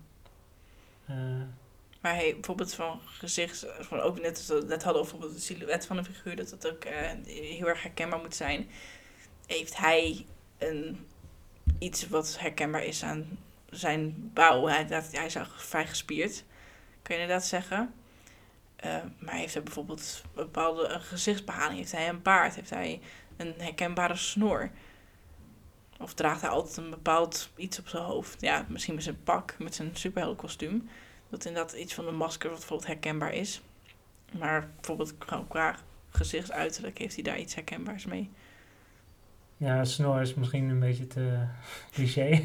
Uh, Maar hij bijvoorbeeld van gezicht, van ook net als we net hadden over bijvoorbeeld de silhouet van een figuur, dat het ook uh, heel erg herkenbaar moet zijn. Heeft hij een, iets wat herkenbaar is aan zijn bouw? Hij, dat, hij is al vrij gespierd, kan je inderdaad zeggen. Uh, maar heeft hij bijvoorbeeld een bepaalde een gezichtsbehaling? Heeft hij een baard? Heeft hij een herkenbare snor? Of draagt hij altijd een bepaald iets op zijn hoofd? Ja, misschien met zijn pak, met zijn superheldenkostuum. Dat inderdaad iets van een masker wat bijvoorbeeld herkenbaar is. Maar bijvoorbeeld qua gezichtsuiterlijk heeft hij daar iets herkenbaars mee. Ja, snor is misschien een beetje te cliché.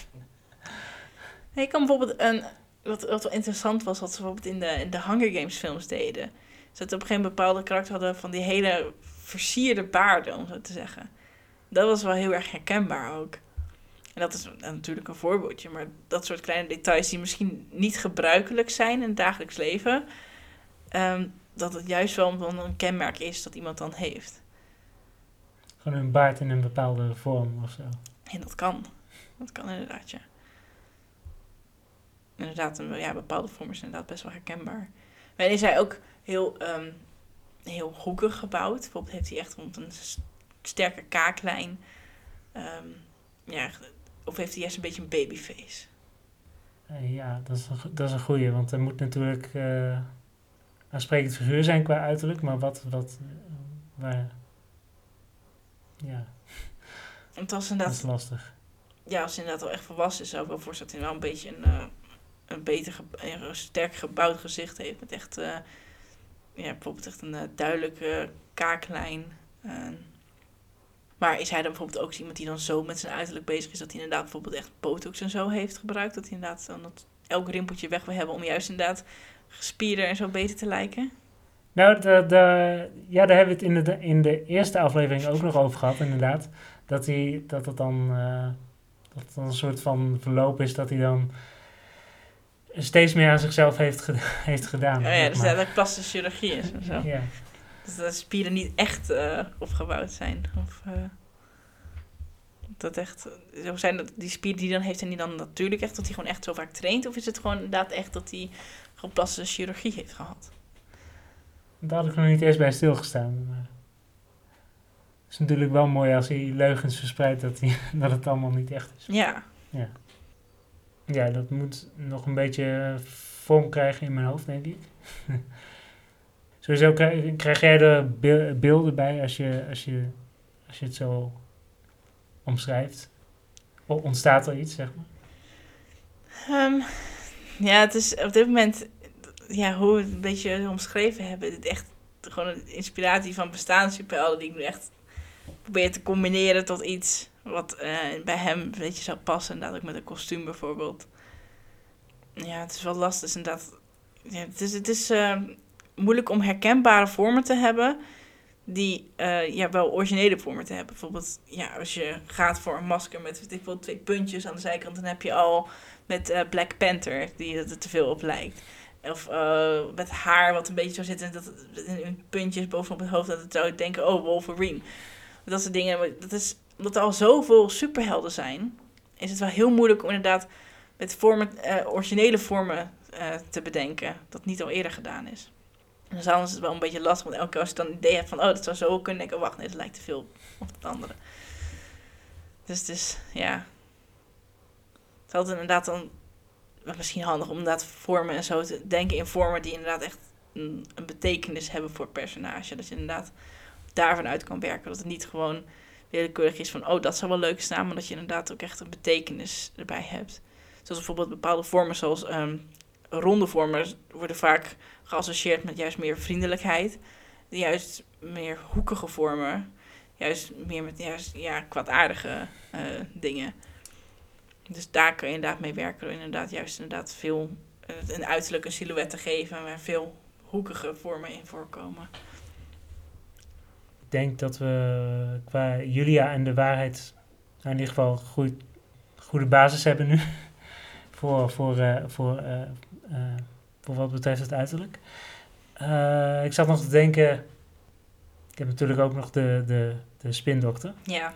Je kan bijvoorbeeld een, wat, wat wel interessant was, wat ze bijvoorbeeld in de, in de Hunger Games films deden. Ze op een gegeven moment bepaalde karakter hadden van die hele versierde baarden, om zo te zeggen. Dat was wel heel erg herkenbaar ook. En dat is natuurlijk een voorbeeldje, maar dat soort kleine details die misschien niet gebruikelijk zijn in het dagelijks leven, um, dat het juist wel een kenmerk is dat iemand dan heeft. Gewoon een baard in een bepaalde vorm of zo. En dat kan. Dat kan inderdaad, ja. Inderdaad, een ja, bepaalde vorm is inderdaad best wel herkenbaar. Maar is hij ook heel, um, heel hoekig gebouwd. Bijvoorbeeld heeft hij echt een sterke kaaklijn. Um, ja, of heeft hij juist een beetje een babyface? Uh, ja, dat is een, dat is een goeie, want er moet natuurlijk uh, aansprekend figuur zijn qua uiterlijk, maar wat, wat, uh, waar, ja, Want als dat inderdaad, is lastig. ja, als hij inderdaad wel echt volwassen is, zou ik wel voorstellen dat hij wel een beetje een, uh, een beter, ge- een sterk gebouwd gezicht heeft. Met echt, uh, ja, bijvoorbeeld echt een uh, duidelijke kaaklijn. Uh, maar is hij dan bijvoorbeeld ook iemand die dan zo met zijn uiterlijk bezig is, dat hij inderdaad bijvoorbeeld echt botox en zo heeft gebruikt? Dat hij inderdaad dan dat elk rimpeltje weg wil hebben om juist inderdaad gespierder en zo beter te lijken? Nou, de, de, ja, daar hebben we het in de, in de eerste aflevering ook nog over gehad, inderdaad. Dat, hij, dat het dan, uh, dat het dan een soort van verloop is dat hij dan steeds meer aan zichzelf heeft, ge, heeft gedaan. Oh ja, dus maar. dat het plastische chirurgie is en zo. Ja. Dus dat de spieren niet echt uh, opgebouwd zijn. Of uh, dat echt, zo zijn dat die spieren die hij dan heeft en die dan natuurlijk echt, dat hij gewoon echt zo vaak traint? Of is het gewoon inderdaad echt dat hij gewoon plastische chirurgie heeft gehad? Daar had ik nog niet eens bij stilgestaan. Maar het is natuurlijk wel mooi als hij leugens verspreidt dat, hij, dat het allemaal niet echt is. Ja. Ja. Ja, dat moet nog een beetje vorm krijgen in mijn hoofd, denk ik. Sowieso krijg, krijg jij er be- beelden bij als je, als, je, als je het zo omschrijft? O, ontstaat er iets, zeg maar? Um, ja, het is op dit moment, ja, hoe we het een beetje omschreven hebben, het echt gewoon een inspiratie van bestaansjuppelden die ik nu echt probeert te combineren tot iets wat uh, bij hem een beetje zou passen. Inderdaad ook met een kostuum bijvoorbeeld. Ja, het is wel lastig. Dus inderdaad, ja, het is, het is uh, moeilijk om herkenbare vormen te hebben die uh, ja, wel originele vormen te hebben. Bijvoorbeeld, ja, als je gaat voor een masker met bijvoorbeeld twee puntjes aan de zijkant, dan heb je al met uh, Black Panther, die er te veel op lijkt. Of uh, met haar wat een beetje zo zit en dat in puntjes bovenop het hoofd, dat het zou denken, oh, Wolverine. Dat soort dingen. Dat is, omdat er al zoveel superhelden zijn, is het wel heel moeilijk om inderdaad met vormen, uh, originele vormen uh, te bedenken. Dat niet al eerder gedaan is. En dan is het wel een beetje lastig, want elke keer als je dan een idee hebt van, oh, dat zou zo kunnen, denk ik, oh, wacht, nee, dat lijkt te veel op het andere. Dus het is, ja. Het is altijd inderdaad dan misschien handig om inderdaad vormen en zo te denken in vormen die inderdaad echt een, een betekenis hebben voor het personage. Dat je inderdaad daarvan uit kan werken. Dat het niet gewoon willekeurig is van, oh, dat zou wel leuk staan, maar dat je inderdaad ook echt een betekenis erbij hebt. Zoals bijvoorbeeld bepaalde vormen zoals um, ronde vormen worden vaak geassocieerd met juist meer vriendelijkheid. Juist meer hoekige vormen, juist meer met juist, ja, kwaadaardige uh, dingen. Dus daar kun je inderdaad mee werken door inderdaad juist inderdaad veel uh, een uiterlijk, een silhouet te geven waar veel hoekige vormen in voorkomen. Ik denk dat we qua Julia en de waarheid in ieder geval een goede, goede basis hebben nu. voor, voor, uh, voor, uh, uh, voor wat betreft het uiterlijk. Uh, ik zat nog te denken, ik heb natuurlijk ook nog de, de, de spindokter. Ja.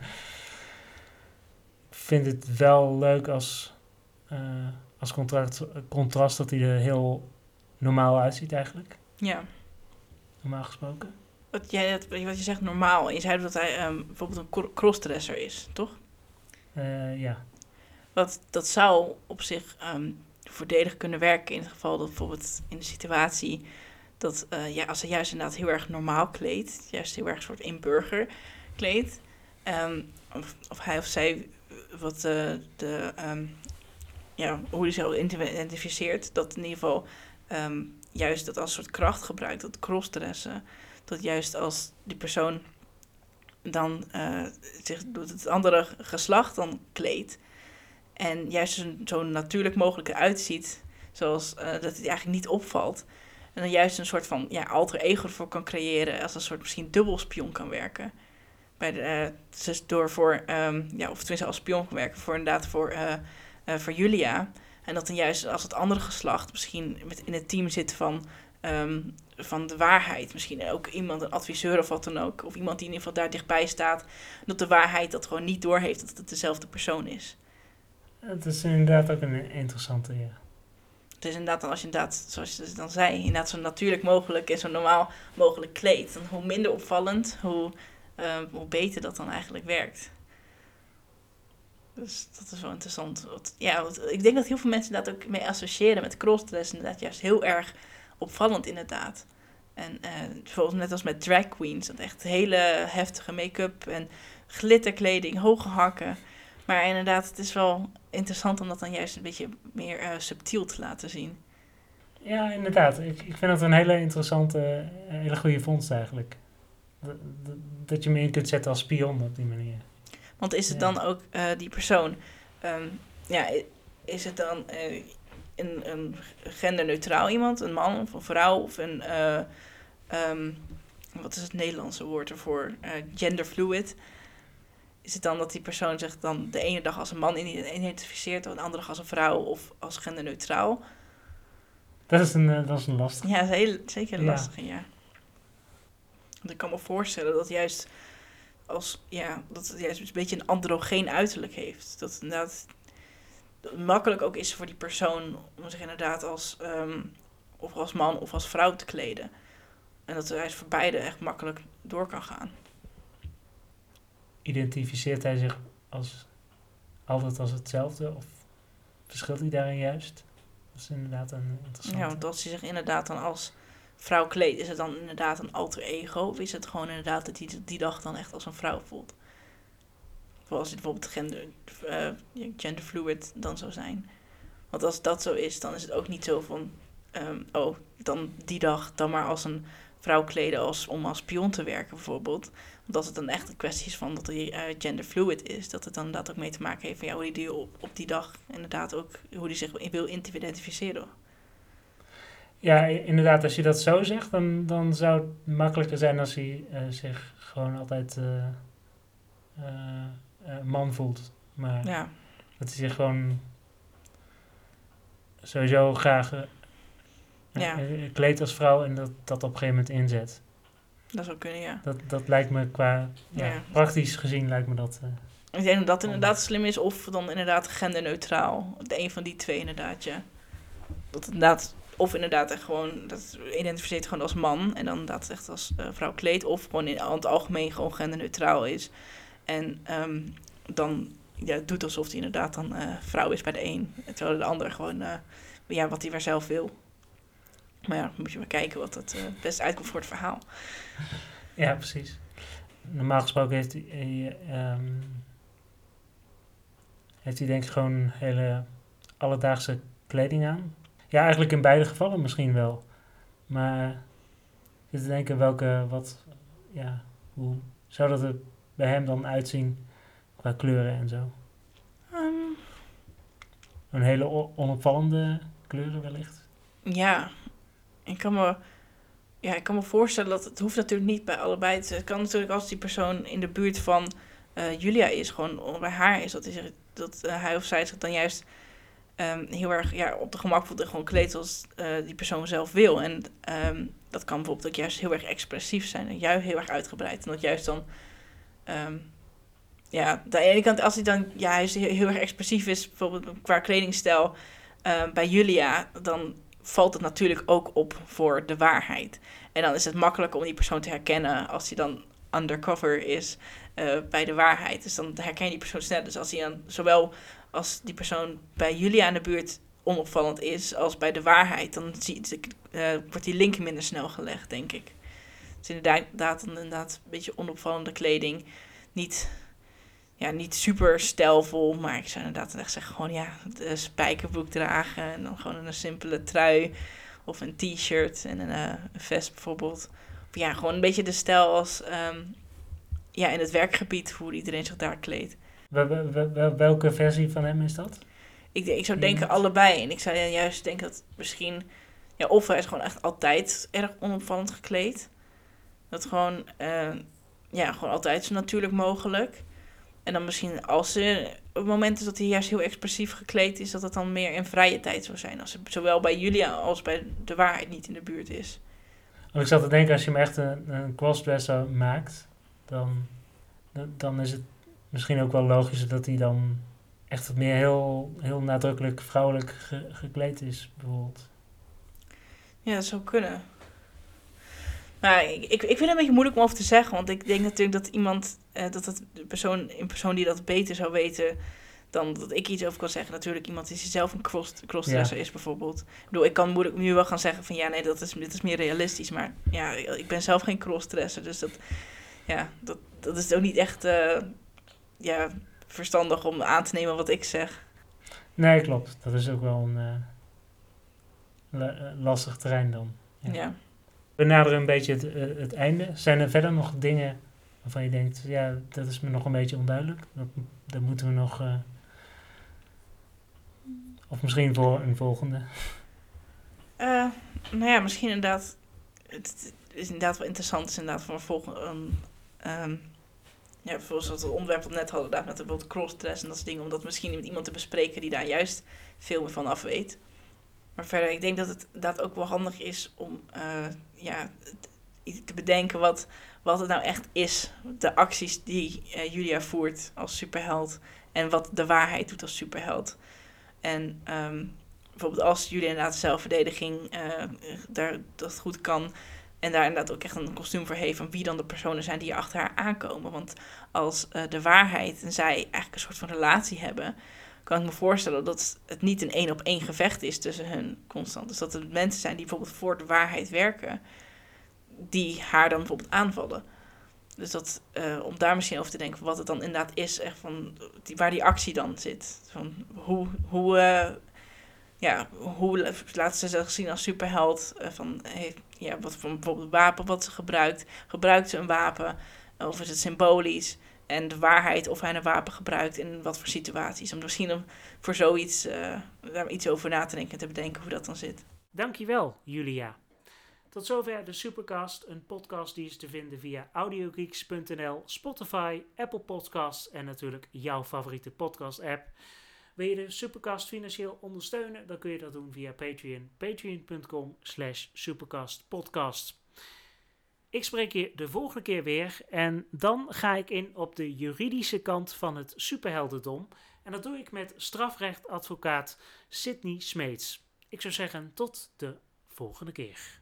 Ik vind het wel leuk als, uh, als contrast, contrast dat hij er heel normaal uitziet eigenlijk. Ja. Normaal gesproken. Wat, jij, wat je zegt normaal. Je zei dat hij um, bijvoorbeeld een crossdresser is, toch? Uh, ja. Wat, dat zou op zich um, voordelig kunnen werken in het geval dat bijvoorbeeld in de situatie dat uh, ja, als hij juist inderdaad heel erg normaal kleedt, juist heel erg een soort inburger kleedt, um, of, of hij of zij wat uh, de um, ja, hoe hij zich identificeert, dat in ieder geval um, juist dat als soort kracht gebruikt, dat crossdressen, dat juist als die persoon dan uh, zich door het andere geslacht dan kleedt en juist zo, zo natuurlijk mogelijk eruit ziet, zoals uh, dat het eigenlijk niet opvalt. En dan juist een soort van ja, alter ego ervoor kan creëren, als een soort misschien dubbelspion kan werken. Bij de, uh, dus door voor, um, ja, of tenminste als spion kan werken, voor inderdaad voor, uh, uh, voor Julia. En dat dan juist als het andere geslacht misschien met in het team zit van, um, van de waarheid. Misschien ook iemand, een adviseur of wat dan ook. Of iemand die in ieder geval daar dichtbij staat. Dat de waarheid dat gewoon niet doorheeft dat het dezelfde persoon is. Het is inderdaad ook een interessante, ja. Het is inderdaad dan als je inderdaad, zoals je dan zei, inderdaad zo natuurlijk mogelijk en zo normaal mogelijk kleedt. Dan hoe minder opvallend, hoe, uh, hoe beter dat dan eigenlijk werkt. Dus dat is wel interessant. Ja, want ik denk dat heel veel mensen inderdaad ook mee associëren met crossdress. Inderdaad juist heel erg opvallend inderdaad. En uh, bijvoorbeeld net als met drag queens. Dat echt hele heftige make-up en glitterkleding, hoge hakken. Maar inderdaad, het is wel interessant om dat dan juist een beetje meer uh, subtiel te laten zien. Ja, inderdaad. Ik, ik vind dat een hele interessante, hele goede vondst eigenlijk. Dat, dat, dat je me in kunt zetten als spion op die manier. Want is het ja. dan ook uh, die persoon, um, ja, is het dan uh, een, een genderneutraal iemand, een man of een vrouw of een, uh, um, wat is het Nederlandse woord ervoor, uh, genderfluid? Is het dan dat die persoon zich dan de ene dag als een man identificeert, of de andere dag als een vrouw of als genderneutraal? Dat is een, uh, dat is een lastige. Ja, dat is heel, zeker een ja. lastige, ja. Want ik kan me voorstellen dat juist als, ja, dat het juist een beetje een androgeen uiterlijk heeft. Dat het inderdaad makkelijk ook is voor die persoon om zich inderdaad als, um, of als man of als vrouw te kleden. En dat hij voor beide echt makkelijk door kan gaan. Identificeert hij zich als altijd als hetzelfde of verschilt hij daarin juist? Dat is inderdaad een interessante. Ja, want als hij zich inderdaad dan als vrouw kleedt, is het dan inderdaad een alter ego? Of is het gewoon inderdaad dat hij die dag dan echt als een vrouw voelt? Of als hij bijvoorbeeld gender, uh, genderfluid dan zou zijn. Want als dat zo is, dan is het ook niet zo van, um, oh, dan die dag dan maar als een vrouw kleden als, om als spion te werken bijvoorbeeld. Want als het dan echt een kwestie is van dat hij uh, genderfluid is, dat het dan inderdaad ook mee te maken heeft van ja, hoe die op, op die dag inderdaad ook, hoe die zich wil identificeren. Ja, inderdaad, als je dat zo zegt, dan, dan zou het makkelijker zijn als hij uh, zich gewoon altijd uh, uh, uh, man voelt. Maar ja. dat hij zich gewoon sowieso graag uh, ja. uh, kleedt als vrouw en dat dat op een gegeven moment inzet. Dat zou kunnen, ja. Dat, dat lijkt me qua, ja, ja. praktisch gezien lijkt me dat... Uh, Ik denk dat dat inderdaad slim is, of dan inderdaad genderneutraal. De een van die twee inderdaad, ja. Dat inderdaad, of inderdaad echt gewoon, dat identificeert gewoon als man en dan inderdaad echt als uh, vrouw kleedt, of gewoon in het algemeen gewoon genderneutraal is. En um, dan ja, doet alsof hij inderdaad dan uh, vrouw is bij de een, terwijl de ander gewoon, uh, ja, wat hij maar zelf wil. Maar ja, moet je maar kijken wat het uh, best uitkomt voor het verhaal. Ja, precies. Normaal gesproken heeft hij, uh, um, heeft hij denk ik gewoon hele alledaagse kleding aan. Ja, eigenlijk in beide gevallen misschien wel. Maar ik zit te denken welke, wat, ja, hoe zou dat er bij hem dan uitzien qua kleuren en zo? Um, Een hele o- onopvallende kleuren wellicht? Ja, ik kan me, ja, ik kan me voorstellen dat het hoeft natuurlijk niet bij allebei. Het kan natuurlijk als die persoon in de buurt van uh, Julia is, gewoon bij haar is, dat, is, dat uh, hij of zij zich dan juist um, heel erg ja, op de gemak voelt en gewoon kleedt zoals uh, die persoon zelf wil. En um, dat kan bijvoorbeeld ook juist heel erg expressief zijn en juist heel erg uitgebreid. En dat juist dan, um, ja, aan de ene kant als hij dan, ja, hij is heel, heel erg expressief is, bijvoorbeeld qua kledingstijl uh, bij Julia, dan valt het natuurlijk ook op voor de waarheid. En dan is het makkelijker om die persoon te herkennen als hij dan undercover is uh, bij de waarheid. Dus dan herken je die persoon snel. Dus als hij dan zowel als die persoon bij Julia in de buurt onopvallend is als bij de waarheid, dan zie, uh, wordt die link minder snel gelegd, denk ik. Dus inderdaad, inderdaad een beetje onopvallende kleding. Niet, ja, niet super stijlvol, maar ik zou inderdaad echt zeggen, gewoon ja, de spijkerbroek dragen en dan gewoon een simpele trui of een t-shirt en een, uh, een vest bijvoorbeeld. Of ja, gewoon een beetje de stijl als um, ja, in het werkgebied, hoe iedereen zich daar kleedt. Wel, wel, wel, welke versie van hem is dat? Ik, ik zou denken allebei. En ik zou juist denken dat misschien, ja, of hij is gewoon echt altijd erg onopvallend gekleed. Dat gewoon, uh, ja, gewoon altijd zo natuurlijk mogelijk. En dan misschien als er op momenten dat hij juist heel expressief gekleed is, dat het dan meer in vrije tijd zou zijn. Als het zowel bij Julia als bij de waarheid niet in de buurt is. Want ik zat te denken, als je hem echt een, een crossdresser maakt, dan, dan is het misschien ook wel logischer dat hij dan echt wat meer heel, heel nadrukkelijk vrouwelijk ge, gekleed is, bijvoorbeeld. Ja, dat zou kunnen. Maar ik, ik, ik vind het een beetje moeilijk om over te zeggen, want ik denk natuurlijk dat iemand, uh, dat het de persoon, een persoon die dat beter zou weten dan dat ik iets over kan zeggen. Natuurlijk iemand die zelf een cross, crossdresser ja. is bijvoorbeeld. Ik bedoel, ik kan moeilijk nu wel gaan zeggen van ja, nee, dat is, dit is meer realistisch. Maar ja, ik ben zelf geen crossdresser, dus dat, ja, dat, dat is ook niet echt uh, ja, verstandig om aan te nemen wat ik zeg. Nee, klopt. Dat is ook wel een uh, la- lastig terrein dan. Ja. Ja. We naderen een beetje het, uh, het einde. Zijn er verder nog dingen waarvan je denkt, ja, dat is me nog een beetje onduidelijk. Dat, dat moeten we nog... Uh, of misschien voor een volgende. Uh, nou ja, misschien inderdaad... Het is inderdaad wel interessant. is inderdaad voor een volgende... Um, um, ja, zoals het onderwerp dat we net hadden, daar met bijvoorbeeld crossdress en dat soort dingen. Om dat misschien met iemand te bespreken die daar juist veel meer van af weet. Maar verder, ik denk dat het inderdaad ook wel handig is om uh, ja, te bedenken wat, wat het nou echt is. De acties die uh, Julia voert als superheld. En wat de waarheid doet als superheld. En um, bijvoorbeeld als Julia inderdaad zelfverdediging uh, daar, dat goed kan. En daar inderdaad ook echt een kostuum voor heeft van wie dan de personen zijn die achter haar aankomen. Want als uh, de waarheid en zij eigenlijk een soort van relatie hebben, kan ik me voorstellen dat het niet een één op één gevecht is tussen hun constant. Dus dat het mensen zijn die bijvoorbeeld voor de waarheid werken, die haar dan bijvoorbeeld aanvallen. Dus dat, uh, om daar misschien over te denken van wat het dan inderdaad is, echt van die, waar die actie dan zit. Van hoe, hoe, uh, ja, hoe laten ze zich zien als superheld? Uh, van, heeft, ja, wat voor bijvoorbeeld wapen wat ze gebruikt. Gebruikt ze een wapen? Of is het symbolisch? En de waarheid of hij een wapen gebruikt in wat voor situaties. Om misschien om voor zoiets uh, daar iets over na te denken en te bedenken hoe dat dan zit. Dankjewel, Julia. Tot zover de Supercast, een podcast die is te vinden via audiogeeks punt n l, Spotify, Apple Podcasts en natuurlijk jouw favoriete podcast-app. Wil je de Supercast financieel ondersteunen, dan kun je dat doen via Patreon, patreon punt com slash supercastpodcast. Ik spreek je de volgende keer weer en dan ga ik in op de juridische kant van het superheldendom. En dat doe ik met strafrechtadvocaat Sydney Smeets. Ik zou zeggen, tot de volgende keer.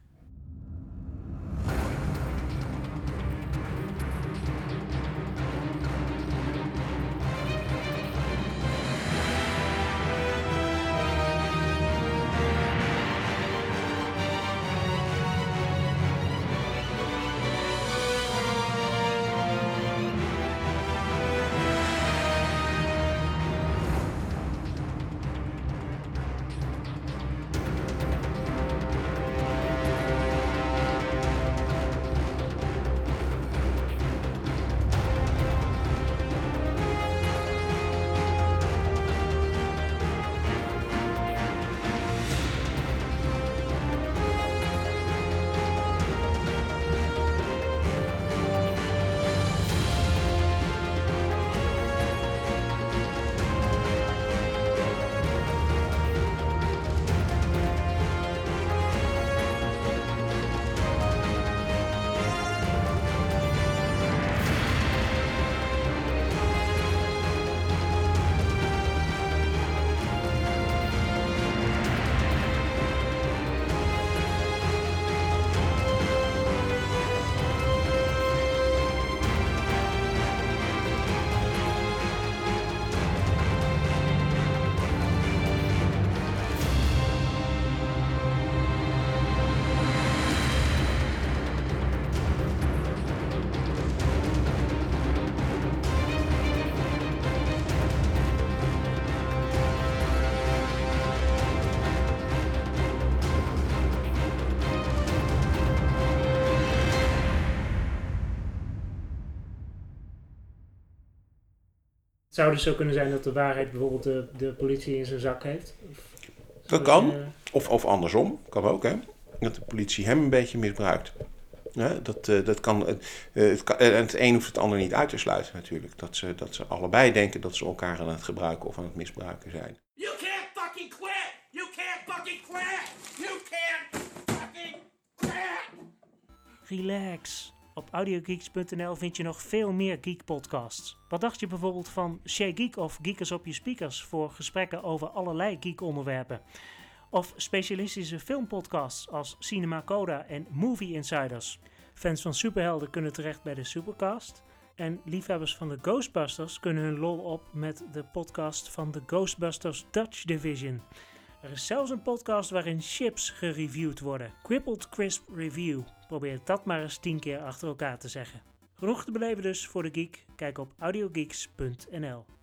Het zou dus zo kunnen zijn dat de waarheid bijvoorbeeld de, de politie in zijn zak heeft? Of, dat kan. Je... Of, of andersom. Kan ook, hè. Dat de politie hem een beetje misbruikt. Ja, dat, uh, dat kan, uh, het kan... En het een hoeft het ander niet uit te sluiten natuurlijk. Dat ze, dat ze allebei denken dat ze elkaar aan het gebruiken of aan het misbruiken zijn. You can't fucking quit! You can't fucking quit! You can't fucking quit! Relax. Op audiogeeks punt n l vind je nog veel meer geek-podcasts. Wat dacht je bijvoorbeeld van Shay Geek of Geekers op je speakers voor gesprekken over allerlei geek-onderwerpen? Of specialistische filmpodcasts als Cinema Coda en Movie Insiders. Fans van superhelden kunnen terecht bij de Supercast. En liefhebbers van de Ghostbusters kunnen hun lol op met de podcast van de Ghostbusters Dutch Division. Er is zelfs een podcast waarin chips gereviewd worden. Crippled Crisp Review. Probeer dat maar eens tien keer achter elkaar te zeggen. Genoeg te beleven dus voor de geek. Kijk op audiogeeks punt n l.